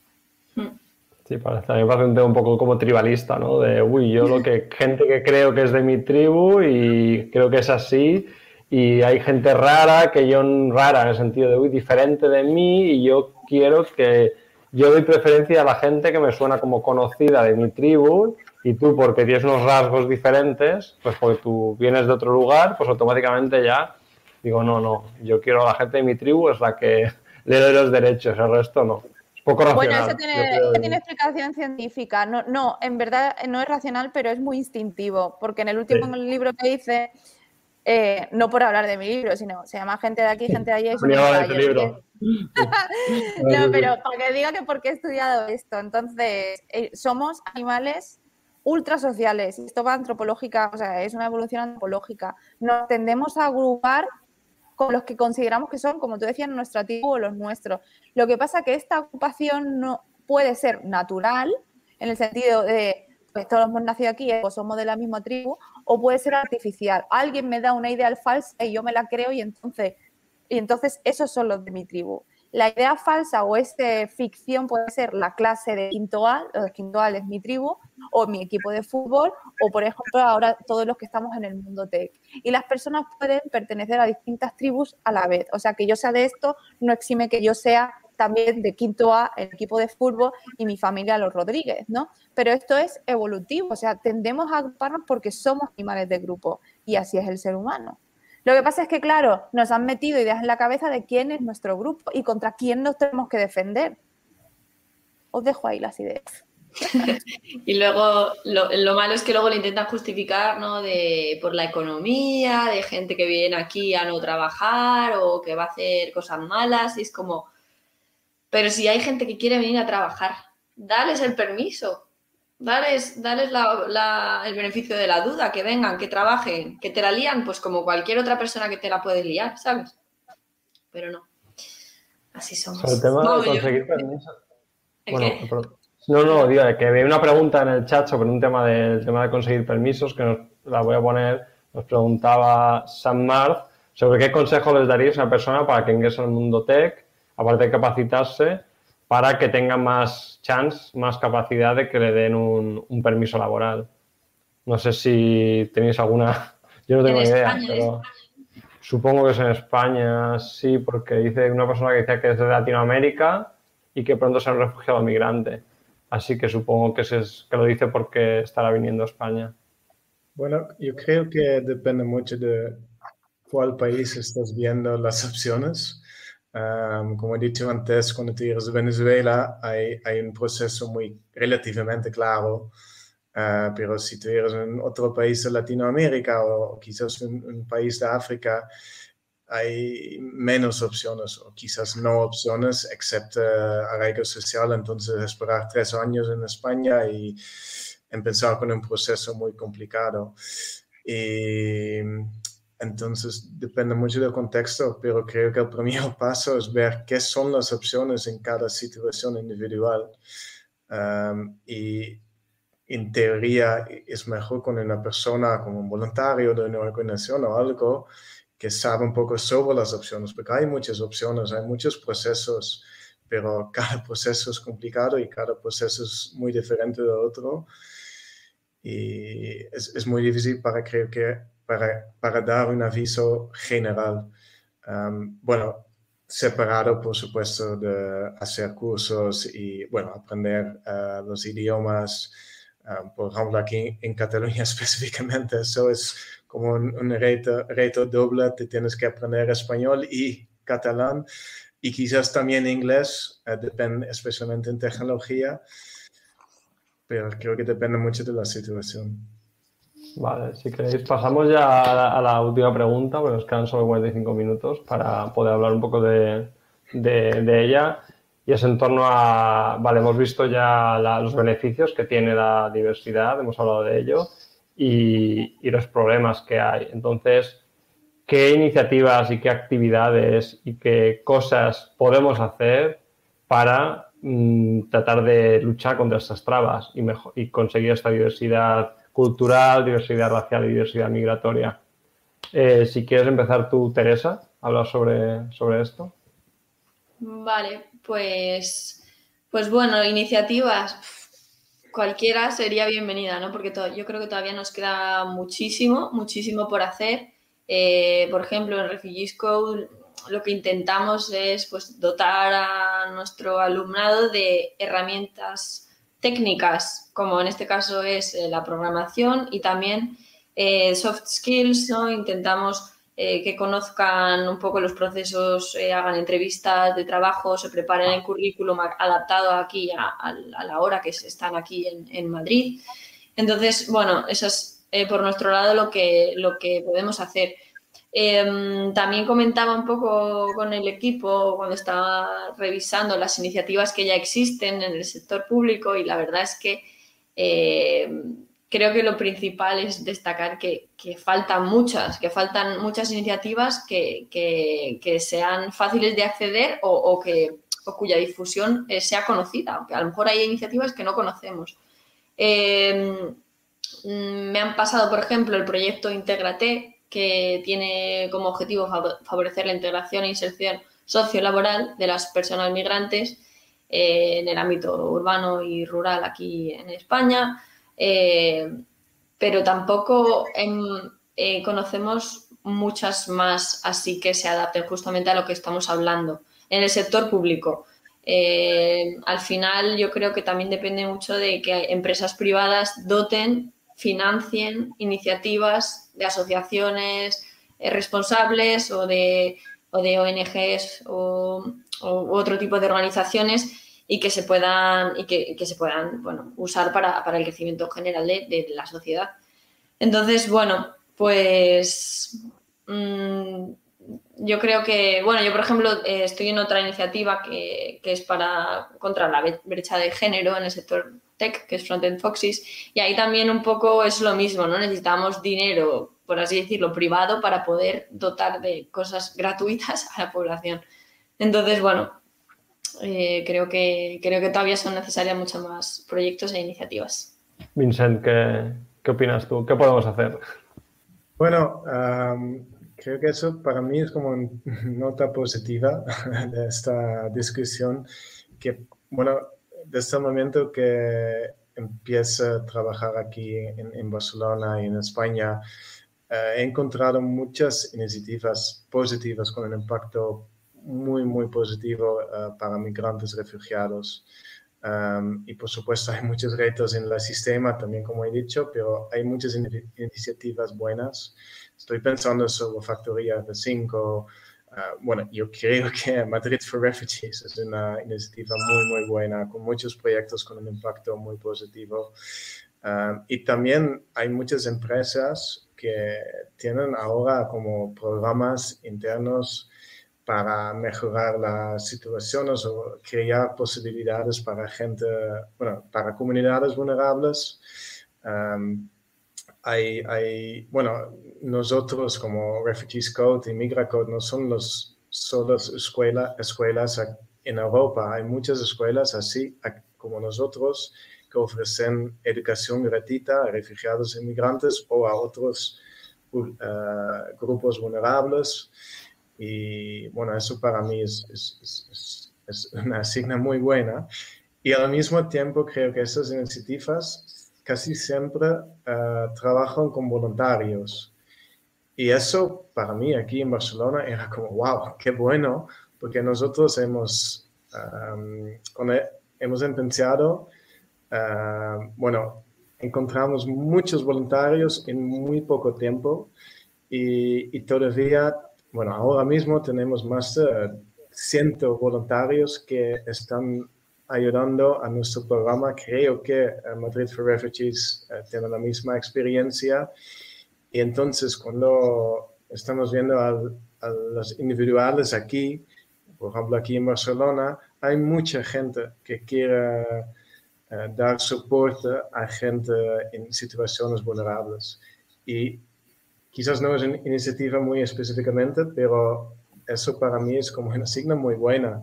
Sí, parece, a mí me parece un tema un poco como tribalista, ¿no? De, uy, yo lo que, gente que creo que es de mi tribu y creo que es así, y hay gente rara, que yo, rara en el sentido de, uy, diferente de mí, y yo quiero que, yo doy preferencia a la gente que me suena como conocida de mi tribu, y tú, porque tienes unos rasgos diferentes, pues porque tú vienes de otro lugar, pues automáticamente ya digo, no, no, yo quiero a la gente de mi tribu, es la que le doy los derechos, el resto no. Poco racional. Bueno, eso tiene, eso tiene explicación científica. No, no, en verdad no es racional, pero es muy instintivo, porque en el último sí. libro que hice, eh, no por hablar de mi libro, sino se llama Gente de aquí, Gente de allá. Y no, de libro. No, pero para que diga que por qué he estudiado esto. Entonces, eh, somos animales ultrasociales. Esto va antropológica, o sea, es una evolución antropológica. Nos tendemos a agrupar con los que consideramos que son, como tú decías, nuestra tribu o los nuestros. Lo que pasa es que esta ocupación no puede ser natural, en el sentido de, pues todos hemos nacido aquí, o somos de la misma tribu, o puede ser artificial. Alguien me da una idea falsa y yo me la creo y entonces, y entonces esos son los de mi tribu. La idea falsa o esta ficción puede ser la clase de quinto A, los de quinto A es mi tribu, o mi equipo de fútbol, o por ejemplo ahora todos los que estamos en el mundo tech. Y las personas pueden pertenecer a distintas tribus a la vez. O sea, que yo sea de esto no exime que yo sea también de quinto A, el equipo de fútbol, y mi familia los Rodríguez, ¿no? Pero esto es evolutivo, o sea, tendemos a agruparnos porque somos animales de grupo, y así es el ser humano. Lo que pasa es que, claro, nos han metido ideas en la cabeza de quién es nuestro grupo y contra quién nos tenemos que defender. Os dejo ahí las ideas. Y luego, lo, lo malo es que luego lo intentan justificar, ¿no? De, por la economía, de gente que viene aquí a no trabajar o que va a hacer cosas malas. Y es como, pero si hay gente que quiere venir a trabajar, dales el permiso. Dales, dales la, la, el beneficio de la duda, que vengan, que trabajen, que te la lían, pues como cualquier otra persona que te la puedes liar, ¿sabes? Pero no, así somos. Sobre el tema no, de conseguir yo... permiso. Bueno, pero, no, no, digo, que había una pregunta en el chat sobre un tema de, el tema de conseguir permisos, que nos la voy a poner, nos preguntaba Sam Marth, sobre qué consejo les daríais a una persona para que ingrese al mundo tech, aparte de capacitarse, para que tenga más chance, más capacidad de que le den un, un permiso laboral. No sé si tenéis alguna... Yo no tengo idea, España, pero supongo que es en España, sí, porque dice una persona que decía que es de Latinoamérica y que pronto será un refugiado migrante. Así que supongo que, es, que lo dice porque estará viniendo a España. Bueno, yo creo que depende mucho de cuál país estás viendo las opciones. Um, como he dicho antes, cuando tú eres de Venezuela hay, hay un proceso muy relativamente claro, uh, pero si tú eres en otro país de Latinoamérica o, o quizás un, un país de África, hay menos opciones o quizás no opciones, excepto uh, arraigo social, entonces esperar tres años en España y empezar con un proceso muy complicado. Y entonces depende mucho del contexto, pero creo que el primer paso es ver qué son las opciones en cada situación individual. Um, y en teoría es mejor con una persona, como un voluntario de una organización o algo, que sabe un poco sobre las opciones, porque hay muchas opciones, hay muchos procesos, pero cada proceso es complicado y cada proceso es muy diferente del otro. Y es, es muy difícil para, creo que, para, para dar un aviso general. Um, bueno, separado, por supuesto, de hacer cursos y, bueno, aprender uh, los idiomas. Um, por ejemplo, aquí en Cataluña específicamente, eso es como un, un reto, reto doble. Te tienes que aprender español y catalán y quizás también inglés, uh, depende, especialmente en tecnología, pero creo que depende mucho de la situación. Vale, si queréis pasamos ya a la, a la última pregunta, porque nos quedan solo cuarenta y cinco minutos para poder hablar un poco de, de, de ella. Y es en torno a, vale, hemos visto ya la, los beneficios que tiene la diversidad, hemos hablado de ello, y, y los problemas que hay. Entonces, ¿qué iniciativas y qué actividades y qué cosas podemos hacer para mmm, tratar de luchar contra estas trabas y, mejor, y conseguir esta diversidad cultural, diversidad racial y diversidad migratoria? Eh, si quieres empezar tú, Teresa, hablar sobre, sobre esto. Vale, pues, pues bueno, iniciativas, cualquiera sería bienvenida, ¿no? Porque todo, yo creo que todavía nos queda muchísimo, muchísimo por hacer. Eh, por ejemplo, en Refugees Code lo que intentamos es pues, dotar a nuestro alumnado de herramientas técnicas, como en este caso es eh, la programación y también eh, soft skills, ¿no? Intentamos eh, que conozcan un poco los procesos, eh, hagan entrevistas de trabajo, se preparen el currículum adaptado aquí a, a, a la hora que están aquí en, en Madrid. Entonces, bueno, eso es eh, por nuestro lado lo que, lo que podemos hacer. Eh, también comentaba un poco con el equipo cuando estaba revisando las iniciativas que ya existen en el sector público y la verdad es que eh, creo que lo principal es destacar que, que faltan muchas, que faltan muchas iniciativas que, que, que sean fáciles de acceder o, o, que, o cuya difusión eh, sea conocida, aunque a lo mejor hay iniciativas que no conocemos. Eh, me han pasado, por ejemplo, el proyecto Intégrate, que tiene como objetivo favorecer la integración e inserción sociolaboral de las personas migrantes eh, en el ámbito urbano y rural aquí en España, eh, pero tampoco en, eh, conocemos muchas más así que se adapten justamente a lo que estamos hablando. En el sector público, eh, al final yo creo que también depende mucho de que empresas privadas doten, financien iniciativas de asociaciones eh, responsables o de, o de O N Ges o, o otro tipo de organizaciones y que se puedan, y que, que se puedan bueno, usar para, para el crecimiento general de, de la sociedad. Entonces, bueno, pues mmm, yo creo que, bueno, yo por ejemplo eh, estoy en otra iniciativa que, que es para contra la brecha de género en el sector tech, que es Frontend Foxes, y ahí también un poco es lo mismo, ¿no? Necesitamos dinero, por así decirlo, privado para poder dotar de cosas gratuitas a la población. Entonces, bueno, eh, creo que creo que todavía son necesarias muchos más proyectos e iniciativas. Vincent, ¿qué, qué opinas tú? ¿Qué podemos hacer? Bueno, um, creo que eso para mí es como una nota positiva de esta discusión, que, bueno, desde el momento que empiezo a trabajar aquí en, en Barcelona y en España, eh, he encontrado muchas iniciativas positivas con un impacto muy, muy positivo uh, para migrantes refugiados. Um, y por supuesto hay muchos retos en el sistema también, como he dicho, pero hay muchas in iniciativas buenas. Estoy pensando sobre Factoría F cinco. Uh, bueno, yo creo que Madrid for Refugees es una iniciativa muy, muy buena, con muchos proyectos con un impacto muy positivo. Um, y también hay muchas empresas que tienen ahora como programas internos para mejorar las situaciones o crear posibilidades para gente, bueno, para comunidades vulnerables. Um, hay, hay, bueno, nosotros como Refugees Code y Migra Code no son los solas escuela, escuelas en Europa. Hay muchas escuelas así como nosotros que ofrecen educación gratuita a refugiados e inmigrantes o a otros uh, grupos vulnerables. Y bueno, eso para mí es, es, es, es una signa muy buena. Y al mismo tiempo creo que esas iniciativas casi siempre uh, trabajan con voluntarios. Y eso para mí aquí en Barcelona era como, wow, qué bueno, porque nosotros hemos, um, con el, hemos empezado, uh, bueno, encontramos muchos voluntarios en muy poco tiempo y, y todavía, bueno, ahora mismo tenemos más de cien voluntarios que están ayudando a nuestro programa. Creo que uh, Madrid for Refugees uh, tiene la misma experiencia. Y entonces cuando estamos viendo a, a los individuales aquí, por ejemplo aquí en Barcelona, hay mucha gente que quiere uh, dar soporte a gente en situaciones vulnerables. Y quizás no es una iniciativa muy específicamente, pero eso para mí es como una signa muy buena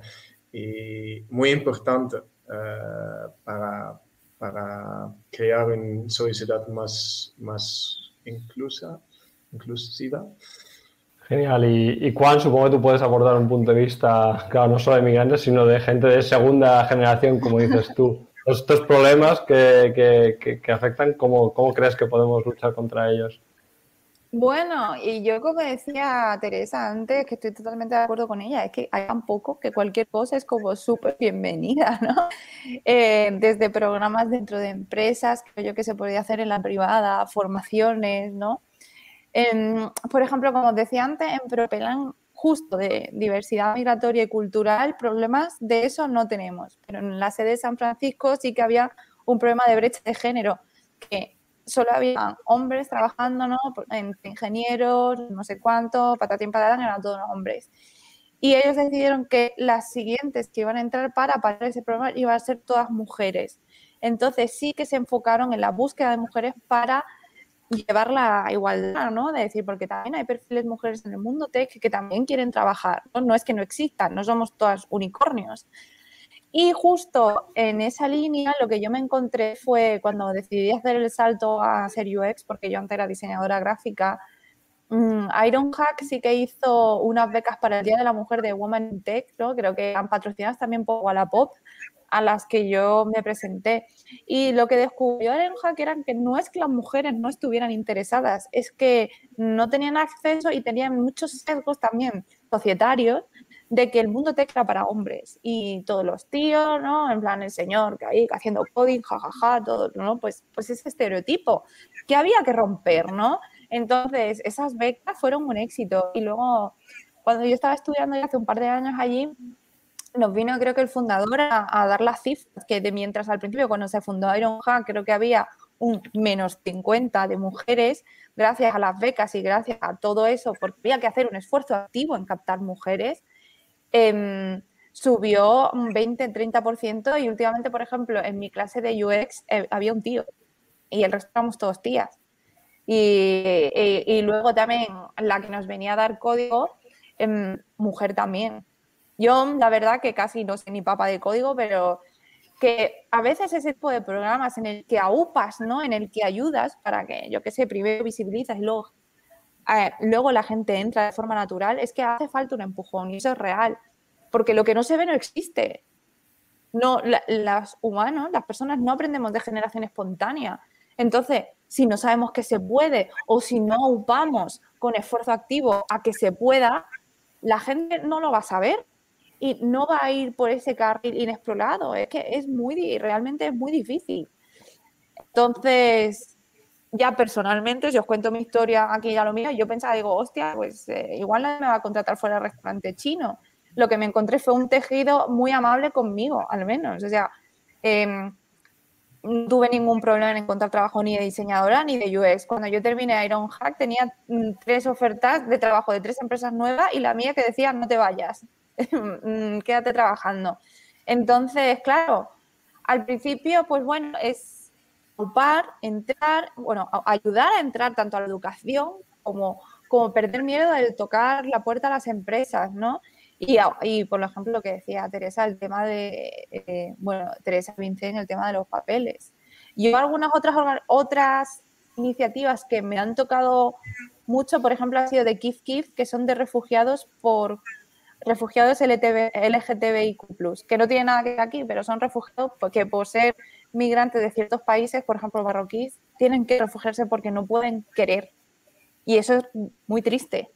y muy importante uh, para, para crear una sociedad más, más inclusa, inclusiva. Genial. Y, y Juan, supongo que tú puedes aportar un punto de vista, claro, no solo de migrantes, sino de gente de segunda generación, como dices tú. Estos problemas que, que, que, que afectan, ¿cómo, ¿cómo crees que podemos luchar contra ellos? Bueno, y yo como decía Teresa antes, que estoy totalmente de acuerdo con ella, es que hay tan poco que cualquier cosa es como súper bienvenida, ¿no? Eh, desde programas dentro de empresas, creo yo que se podría hacer en la privada, formaciones, ¿no? Eh, por ejemplo, como os decía antes, en Propelán, justo de diversidad migratoria y cultural, problemas de eso no tenemos, pero en la sede de San Francisco sí que había un problema de brecha de género, que solo había hombres trabajando, ¿no? Entre ingenieros, no sé cuánto, patatín patatán, eran todos hombres. Y ellos decidieron que las siguientes que iban a entrar para parar ese problema iban a ser todas mujeres. Entonces sí que se enfocaron en la búsqueda de mujeres para llevar la igualdad, ¿no? De decir, porque también hay perfiles mujeres en el mundo tech que también quieren trabajar, ¿no? No es que no existan, no somos todas unicornios. Y justo en esa línea lo que yo me encontré fue cuando decidí hacer el salto a ser U X, porque yo antes era diseñadora gráfica, um, Ironhack sí que hizo unas becas para el Día de la Mujer de Women in Tech, ¿no? Creo que han patrocinado también por Wallapop, a las que yo me presenté. Y lo que descubrió Ironhack era que no es que las mujeres no estuvieran interesadas, es que no tenían acceso y tenían muchos sesgos también societarios de que el mundo tech era para hombres y todos los tíos, ¿no? En plan, el señor que ahí haciendo coding, jajaja, ja, ja, todo, ¿no? Pues, pues ese estereotipo que había que romper, ¿no? Entonces, esas becas fueron un éxito. Y luego, cuando yo estaba estudiando ya hace un par de años allí, nos vino, creo que el fundador, a, a dar las cifras, que de mientras al principio, cuando se fundó Ironhack, creo que había un menos cincuenta de mujeres, gracias a las becas y gracias a todo eso, porque había que hacer un esfuerzo activo en captar mujeres, eh, subió un veinte, treinta por ciento y últimamente, por ejemplo, en mi clase de U X eh, había un tío y el resto éramos todos tías. Y, y, y luego también la que nos venía a dar código, eh, mujer también. Yo, la verdad, que casi no sé ni papa de código, pero que a veces ese tipo de programas en el que aupas, ¿no? En el que ayudas para que, yo qué sé, primero visibilizas y luego, eh, luego la gente entra de forma natural, es que hace falta un empujón y eso es real. Porque lo que no se ve no existe. No, la, las humanos, las personas no aprendemos de generación espontánea. Entonces, si no sabemos que se puede o si no upamos con esfuerzo activo a que se pueda, la gente no lo va a saber y no va a ir por ese carril inexplorado. Es que es muy, realmente es muy difícil. Entonces, ya personalmente, si os cuento mi historia aquí ya lo mío, yo pensaba, digo, hostia, pues eh, igual nadie me va a contratar fuera del restaurante chino. Lo que me encontré fue un tejido muy amable conmigo, al menos. O sea, eh, no tuve ningún problema en encontrar trabajo ni de diseñadora ni de U X. Cuando yo terminé Ironhack tenía mm, tres ofertas de trabajo de tres empresas nuevas y la mía que decía, no te vayas, quédate trabajando. Entonces, claro, al principio, pues bueno, es ocupar, entrar, bueno, a, ayudar a entrar tanto a la educación como, como perder miedo de tocar la puerta a las empresas, ¿no? Y, y por ejemplo, lo que decía Teresa, el tema de, eh, bueno, Teresa Vincent, el tema de los papeles. Yo algunas otras, otras iniciativas que me han tocado mucho, por ejemplo, ha sido de Kif Kif, que son de refugiados por refugiados L G T B I Q plus, que no tienen nada que ver aquí, pero son refugiados porque por ser migrantes de ciertos países, por ejemplo, marroquíes, tienen que refugiarse porque no pueden querer. Y eso es muy triste.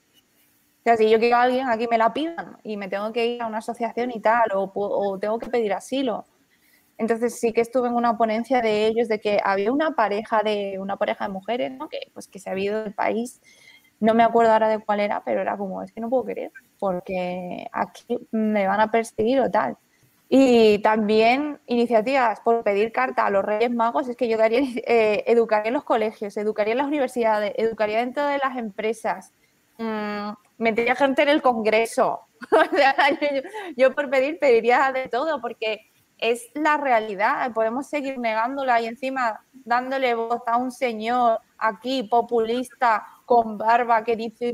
O sea, si yo quiero a alguien, aquí me la pidan y me tengo que ir a una asociación y tal, o, o tengo que pedir asilo. Entonces sí que estuve en una ponencia de ellos, de que había una pareja de una pareja de mujeres, ¿no? Que, pues, que se había ido del país. No me acuerdo ahora de cuál era, pero era como, es que no puedo querer porque aquí me van a perseguir o tal. Y también iniciativas por pedir carta a los Reyes Magos, es que yo daría, eh, educaría en los colegios, educaría en las universidades, educaría dentro de las empresas, mmm, metería gente en el Congreso. O sea, yo, yo por pedir, pediría de todo, porque es la realidad, podemos seguir negándola y encima dándole voz a un señor aquí populista con barba que dice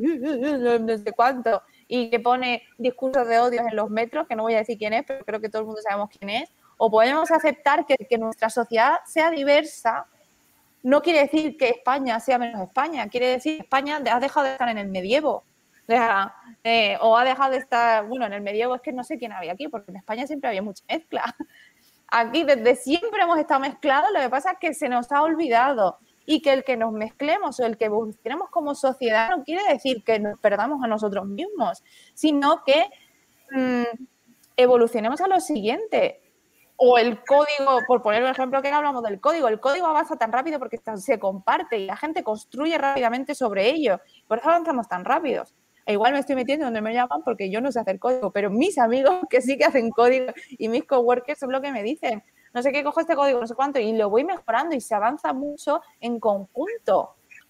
no sé cuánto y que pone discursos de odio en los metros, que no voy a decir quién es, pero creo que todo el mundo sabemos quién es. O podemos aceptar que, que nuestra sociedad sea diversa. No quiere decir que España sea menos España, quiere decir que España ha dejado de estar en el medievo. O, sea, eh, o ha dejado de estar, bueno, en el medievo es que no sé quién había aquí, porque en España siempre había mucha mezcla. Aquí desde siempre hemos estado mezclados, lo que pasa es que se nos ha olvidado. Y que el que nos mezclemos o el que evolucionemos como sociedad no quiere decir que nos perdamos a nosotros mismos, sino que mmm, evolucionemos a lo siguiente. O el código, por poner un ejemplo, que hablamos del código, el código avanza tan rápido porque se comparte y la gente construye rápidamente sobre ello. Por eso avanzamos tan rápidos. E igual me estoy metiendo donde me llaman porque yo no sé hacer código, pero mis amigos que sí que hacen código y mis coworkers son lo que me dicen. No sé qué, cojo este código, no sé cuánto, y lo voy mejorando y se avanza mucho en conjunto.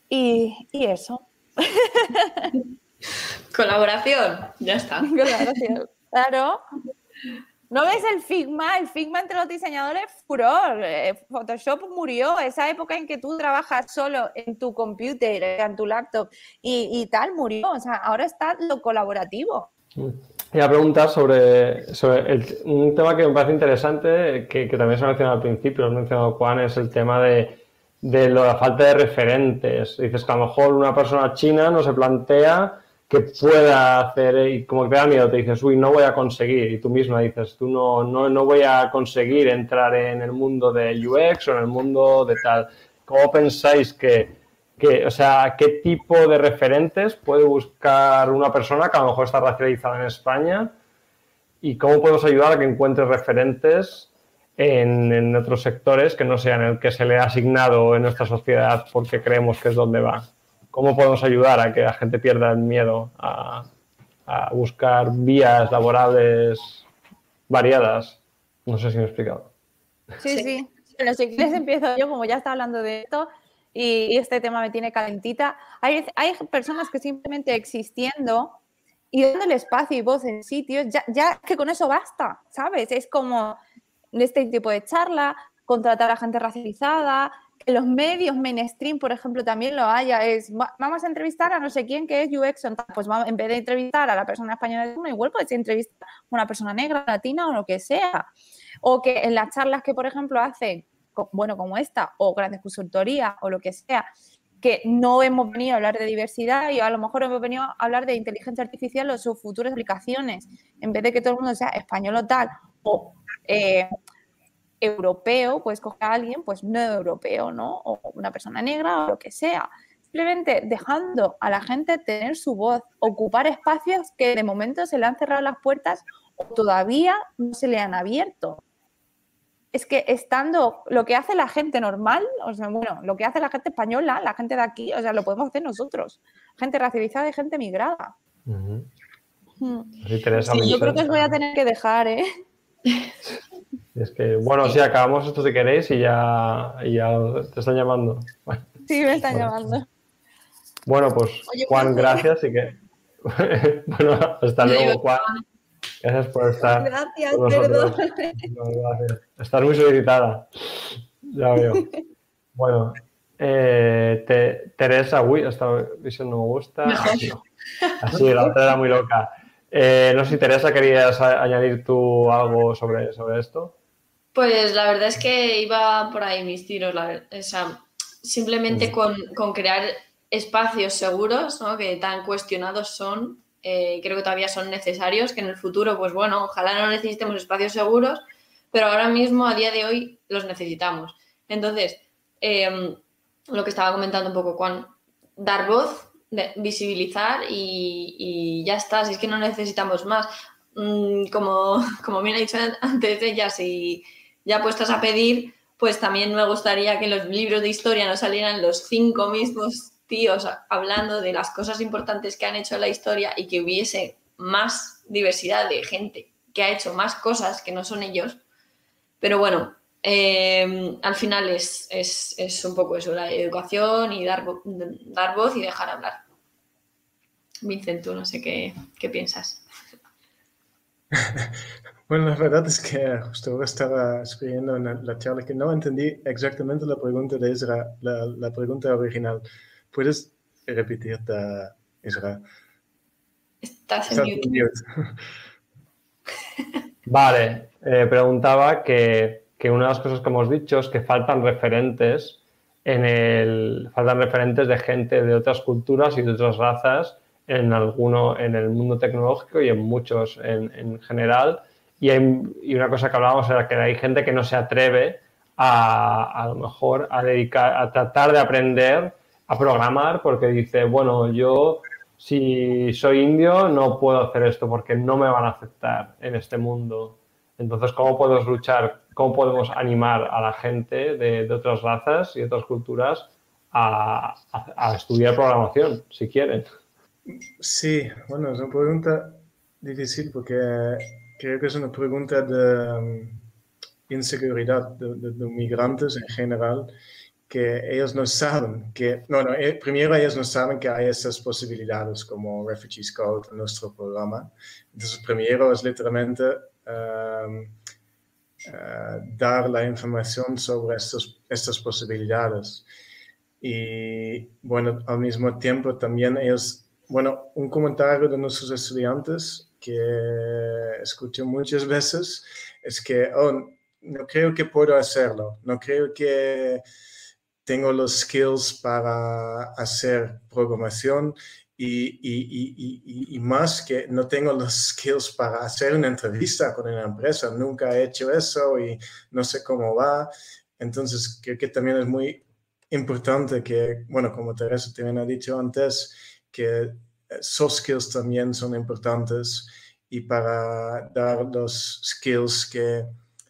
Y, y eso. Colaboración, ya está. Colaboración, claro. ¿No ves el Figma? El Figma entre los diseñadores, furor. Photoshop murió. Esa época en que tú trabajas solo en tu computer, en tu laptop y, y tal, murió. O sea, ahora está lo colaborativo. Voy a preguntar sobre, sobre el, un tema que me parece interesante, que, que también se ha mencionado al principio, lo has mencionado Juan, es el tema de, de la falta de referentes. Dices que a lo mejor una persona china no se plantea que pueda hacer, y como que te da miedo, te dices, uy, no voy a conseguir, y tú misma dices, tú no, no, no voy a conseguir entrar en el mundo de U X o en el mundo de tal. ¿Cómo pensáis que, que, o sea, qué tipo de referentes puede buscar una persona que a lo mejor está racializada en España y cómo podemos ayudar a que encuentre referentes en, en otros sectores que no sean el que se le ha asignado en nuestra sociedad porque creemos que es donde va? ¿Cómo podemos ayudar a que la gente pierda el miedo a, a buscar vías laborales variadas? No sé si me he explicado. Sí, sí. Bueno, si quieres empiezo yo, como ya está hablando de esto y, y este tema me tiene calentita. Hay, hay personas que simplemente existiendo y dándole espacio y voz en sitios, ya, ya que con eso basta, ¿sabes? Es como este tipo de charla, contratar a gente racializada, que los medios mainstream, por ejemplo, también lo haya. Es, vamos a entrevistar a no sé quién que es U X, pues vamos, en vez de entrevistar a la persona española de turno, igual puedes entrevistar a una persona negra, latina o lo que sea. O que en las charlas que, por ejemplo, hacen, bueno, como esta, o grandes consultorías o lo que sea, que no hemos venido a hablar de diversidad y a lo mejor hemos venido a hablar de inteligencia artificial o sus futuras aplicaciones, en vez de que todo el mundo sea español o tal, o eh, europeo, puedes coger a alguien, pues no europeo, ¿no? O una persona negra o lo que sea. Simplemente dejando a la gente tener su voz, ocupar espacios que de momento se le han cerrado las puertas o todavía no se le han abierto. Es que estando lo que hace la gente normal, o sea, bueno, lo que hace la gente española, la gente de aquí, o sea, lo podemos hacer nosotros. Gente racializada y gente migrada. Uh-huh. Hmm. Sí, yo creo que os voy a tener que dejar, ¿eh? Es que, bueno, sí, acabamos esto si queréis y ya, y ya te están llamando. Sí, me están bueno. llamando. Bueno, pues Oye, Juan, gracias y que... bueno, hasta luego, Juan. Gracias por estar. Gracias, perdón. No, gracias. Estás muy solicitada. Ya veo. Bueno, eh, te- Teresa, uy, esta visión no me gusta. Mejor. Así, no. Así, la otra era muy loca. Eh, no sé si Teresa querías a- añadir tú algo sobre, sobre esto. Pues la verdad es que iba por ahí mis tiros, la ver- o sea, simplemente Mm. con, con crear espacios seguros, ¿no? Que tan cuestionados son, eh, creo que todavía son necesarios, que en el futuro, pues bueno, ojalá no necesitemos espacios seguros, pero ahora mismo, a día de hoy, los necesitamos. Entonces, eh, lo que estaba comentando un poco, Juan, dar voz, de- visibilizar y, y ya está, si es que no necesitamos más. Mm, como, como bien ha dicho antes ella, si ya puestas a pedir, pues también me gustaría que en los libros de historia no salieran los cinco mismos tíos hablando de las cosas importantes que han hecho en la historia y que hubiese más diversidad de gente que ha hecho más cosas que no son ellos. Pero bueno, eh, al final es, es, es un poco eso, la educación y dar, dar voz y dejar hablar. Vincent, tú no sé qué, qué piensas. Bueno, la verdad es que justo ahora estaba escribiendo en la, la charla que no entendí exactamente la pregunta de Isra, la, la pregunta original. ¿Puedes repetirte, Isra? Estás en Estás mute. en mute. Vale, eh, preguntaba que, que una de las cosas que hemos dicho es que faltan referentes en el, faltan referentes de gente de otras culturas y de otras razas en alguno, en el mundo tecnológico y en muchos en, en general. Y, hay, y una cosa que hablábamos era que hay gente que no se atreve a, a lo mejor a dedicar, a tratar de aprender a programar porque dice, bueno, yo si soy indio no puedo hacer esto porque no me van a aceptar en este mundo. Entonces, ¿cómo podemos luchar? ¿Cómo podemos animar a la gente de, de otras razas y otras culturas a, a, a estudiar programación, si quieren? Sí, bueno, es una pregunta difícil porque creo que es una pregunta de um, inseguridad de, de, de migrantes en general, que ellos no saben que, no, no, eh, primero ellos no saben que hay esas posibilidades como Refugees Code en nuestro programa. Entonces, primero es literalmente um, uh, dar la información sobre estos, estas posibilidades. Y bueno, al mismo tiempo también ellos, bueno, un comentario de nuestros estudiantes que escuché muchas veces es que, oh, no creo que puedo hacerlo, no creo que tengo los skills para hacer programación y, y, y, y, y más que no tengo los skills para hacer una entrevista con una empresa, nunca he hecho eso y no sé cómo va. Entonces, creo que también es muy importante que, bueno, como Teresa también ha dicho antes, que soft skills también son importantes y para dar los skills que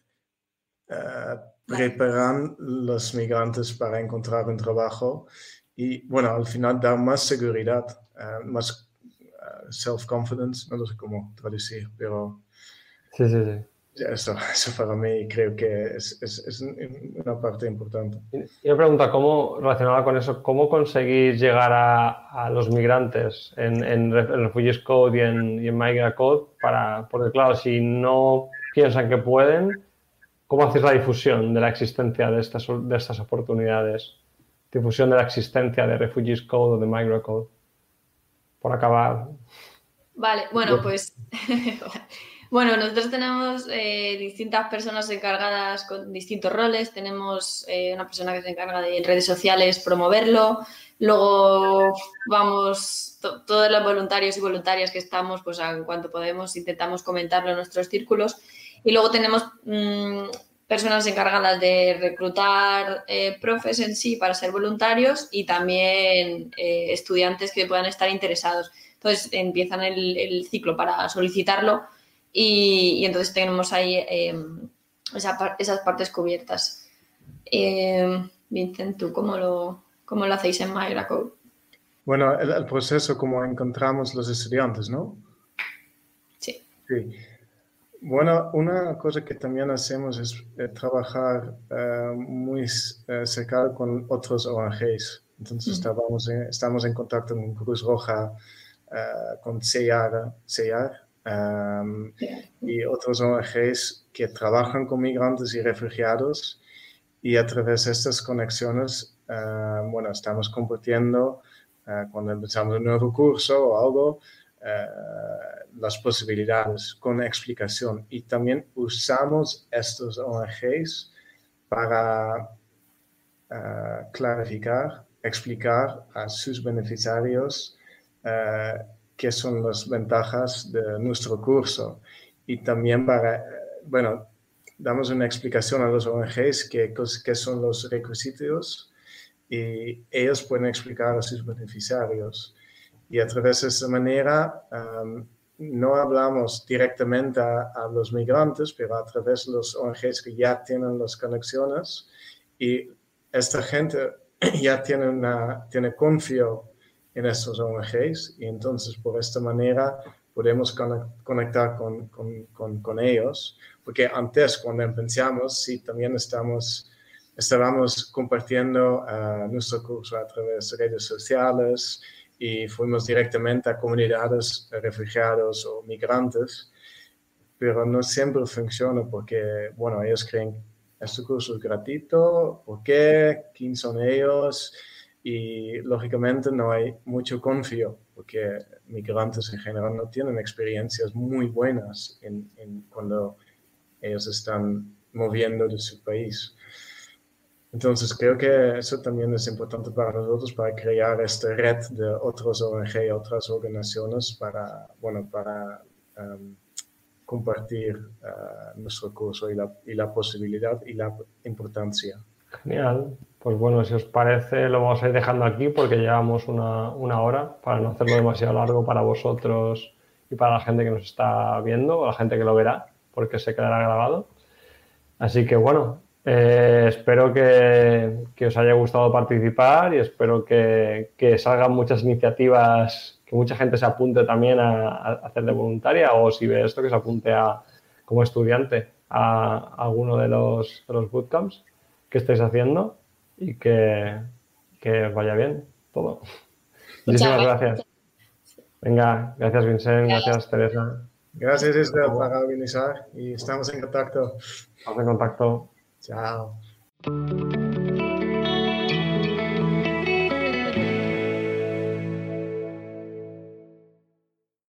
uh, preparan los migrantes para encontrar un trabajo y, bueno, al final dar más seguridad, uh, más uh, self-confidence, no sé cómo traducir, pero Sí, sí, sí. eso, eso para mí creo que es, es, es una parte importante. Y una pregunta, ¿cómo, relacionada con eso, cómo conseguís llegar a, a los migrantes en, en, en Refugees Code y en, y en Migra Code? Para, porque claro, si no piensan que pueden, ¿cómo hacéis la difusión de la existencia de estas, de estas oportunidades? Difusión de la existencia de Refugees Code o de Migra Code. Por acabar. Vale, bueno, pues bueno, nosotros tenemos eh, distintas personas encargadas con distintos roles. Tenemos eh, una persona que se encarga de redes sociales, promoverlo. Luego vamos, to todos los voluntarios y voluntarias que estamos, pues en cuanto podemos, intentamos comentarlo en nuestros círculos. Y luego tenemos mmm, personas encargadas de reclutar eh, profes en sí para ser voluntarios y también eh, estudiantes que puedan estar interesados. Entonces empiezan el, el ciclo para solicitarlo y, y entonces tenemos ahí eh, esa, esas partes cubiertas. Eh, Vincent, ¿tú cómo lo, cómo lo hacéis en Migra Code? Bueno, el, el proceso como encontramos los estudiantes, ¿no? Sí. Sí. Bueno, una cosa que también hacemos es eh, trabajar eh, muy eh, cerca con otros O N Ges. Entonces mm. estábamos en, estamos en contacto con Cruz Roja, uh, con C I A R, C I A R um, y otros O N Ges que trabajan con migrantes y refugiados y a través de estas conexiones, uh, bueno, estamos compartiendo uh, cuando empezamos un nuevo curso o algo, uh, las posibilidades con explicación. Y también usamos estos O N Ges para uh, clarificar, explicar a sus beneficiarios uh, qué son las ventajas de nuestro curso. Y también para, bueno, damos una explicación a los O N Ges qué, qué son los requisitos y ellos pueden explicar a sus beneficiarios. Y a través de esa manera um, no hablamos directamente a, a los migrantes, pero a través de los O N Ges que ya tienen las conexiones y esta gente ya tiene, una, tiene confío en estos O N Ges y entonces por esta manera podemos conectar con, con, con, con ellos, porque antes cuando empezamos sí también estamos, estábamos compartiendo uh, nuestro curso a través de redes sociales y fuimos directamente a comunidades de refugiados o migrantes, pero no siempre funciona porque, bueno, ellos creen este curso es gratuito, ¿por qué? ¿Quién son ellos? Y lógicamente no hay mucho confío, porque migrantes en general no tienen experiencias muy buenas en, en cuando ellos están moviendo de su país. Entonces creo que eso también es importante para nosotros, para crear esta red de otros O N G y otras organizaciones para, bueno, para um, compartir uh, nuestro curso y la, y la posibilidad y la importancia. Genial. Pues bueno, si os parece, lo vamos a ir dejando aquí porque llevamos una, una hora para no hacerlo demasiado largo para vosotros y para la gente que nos está viendo o la gente que lo verá, porque se quedará grabado. Así que bueno, eh, espero que, que os haya gustado participar y espero que, que salgan muchas iniciativas, que mucha gente se apunte también a, a hacer de voluntaria o si ve esto, que se apunte a, como estudiante a, a alguno de los, de los bootcamps que estáis haciendo y que, que os vaya bien todo. Muchísimas gracias. Venga, gracias Vincent, gracias Teresa. Gracias Isabel para organizar y estamos en contacto. Estamos en contacto. Chao.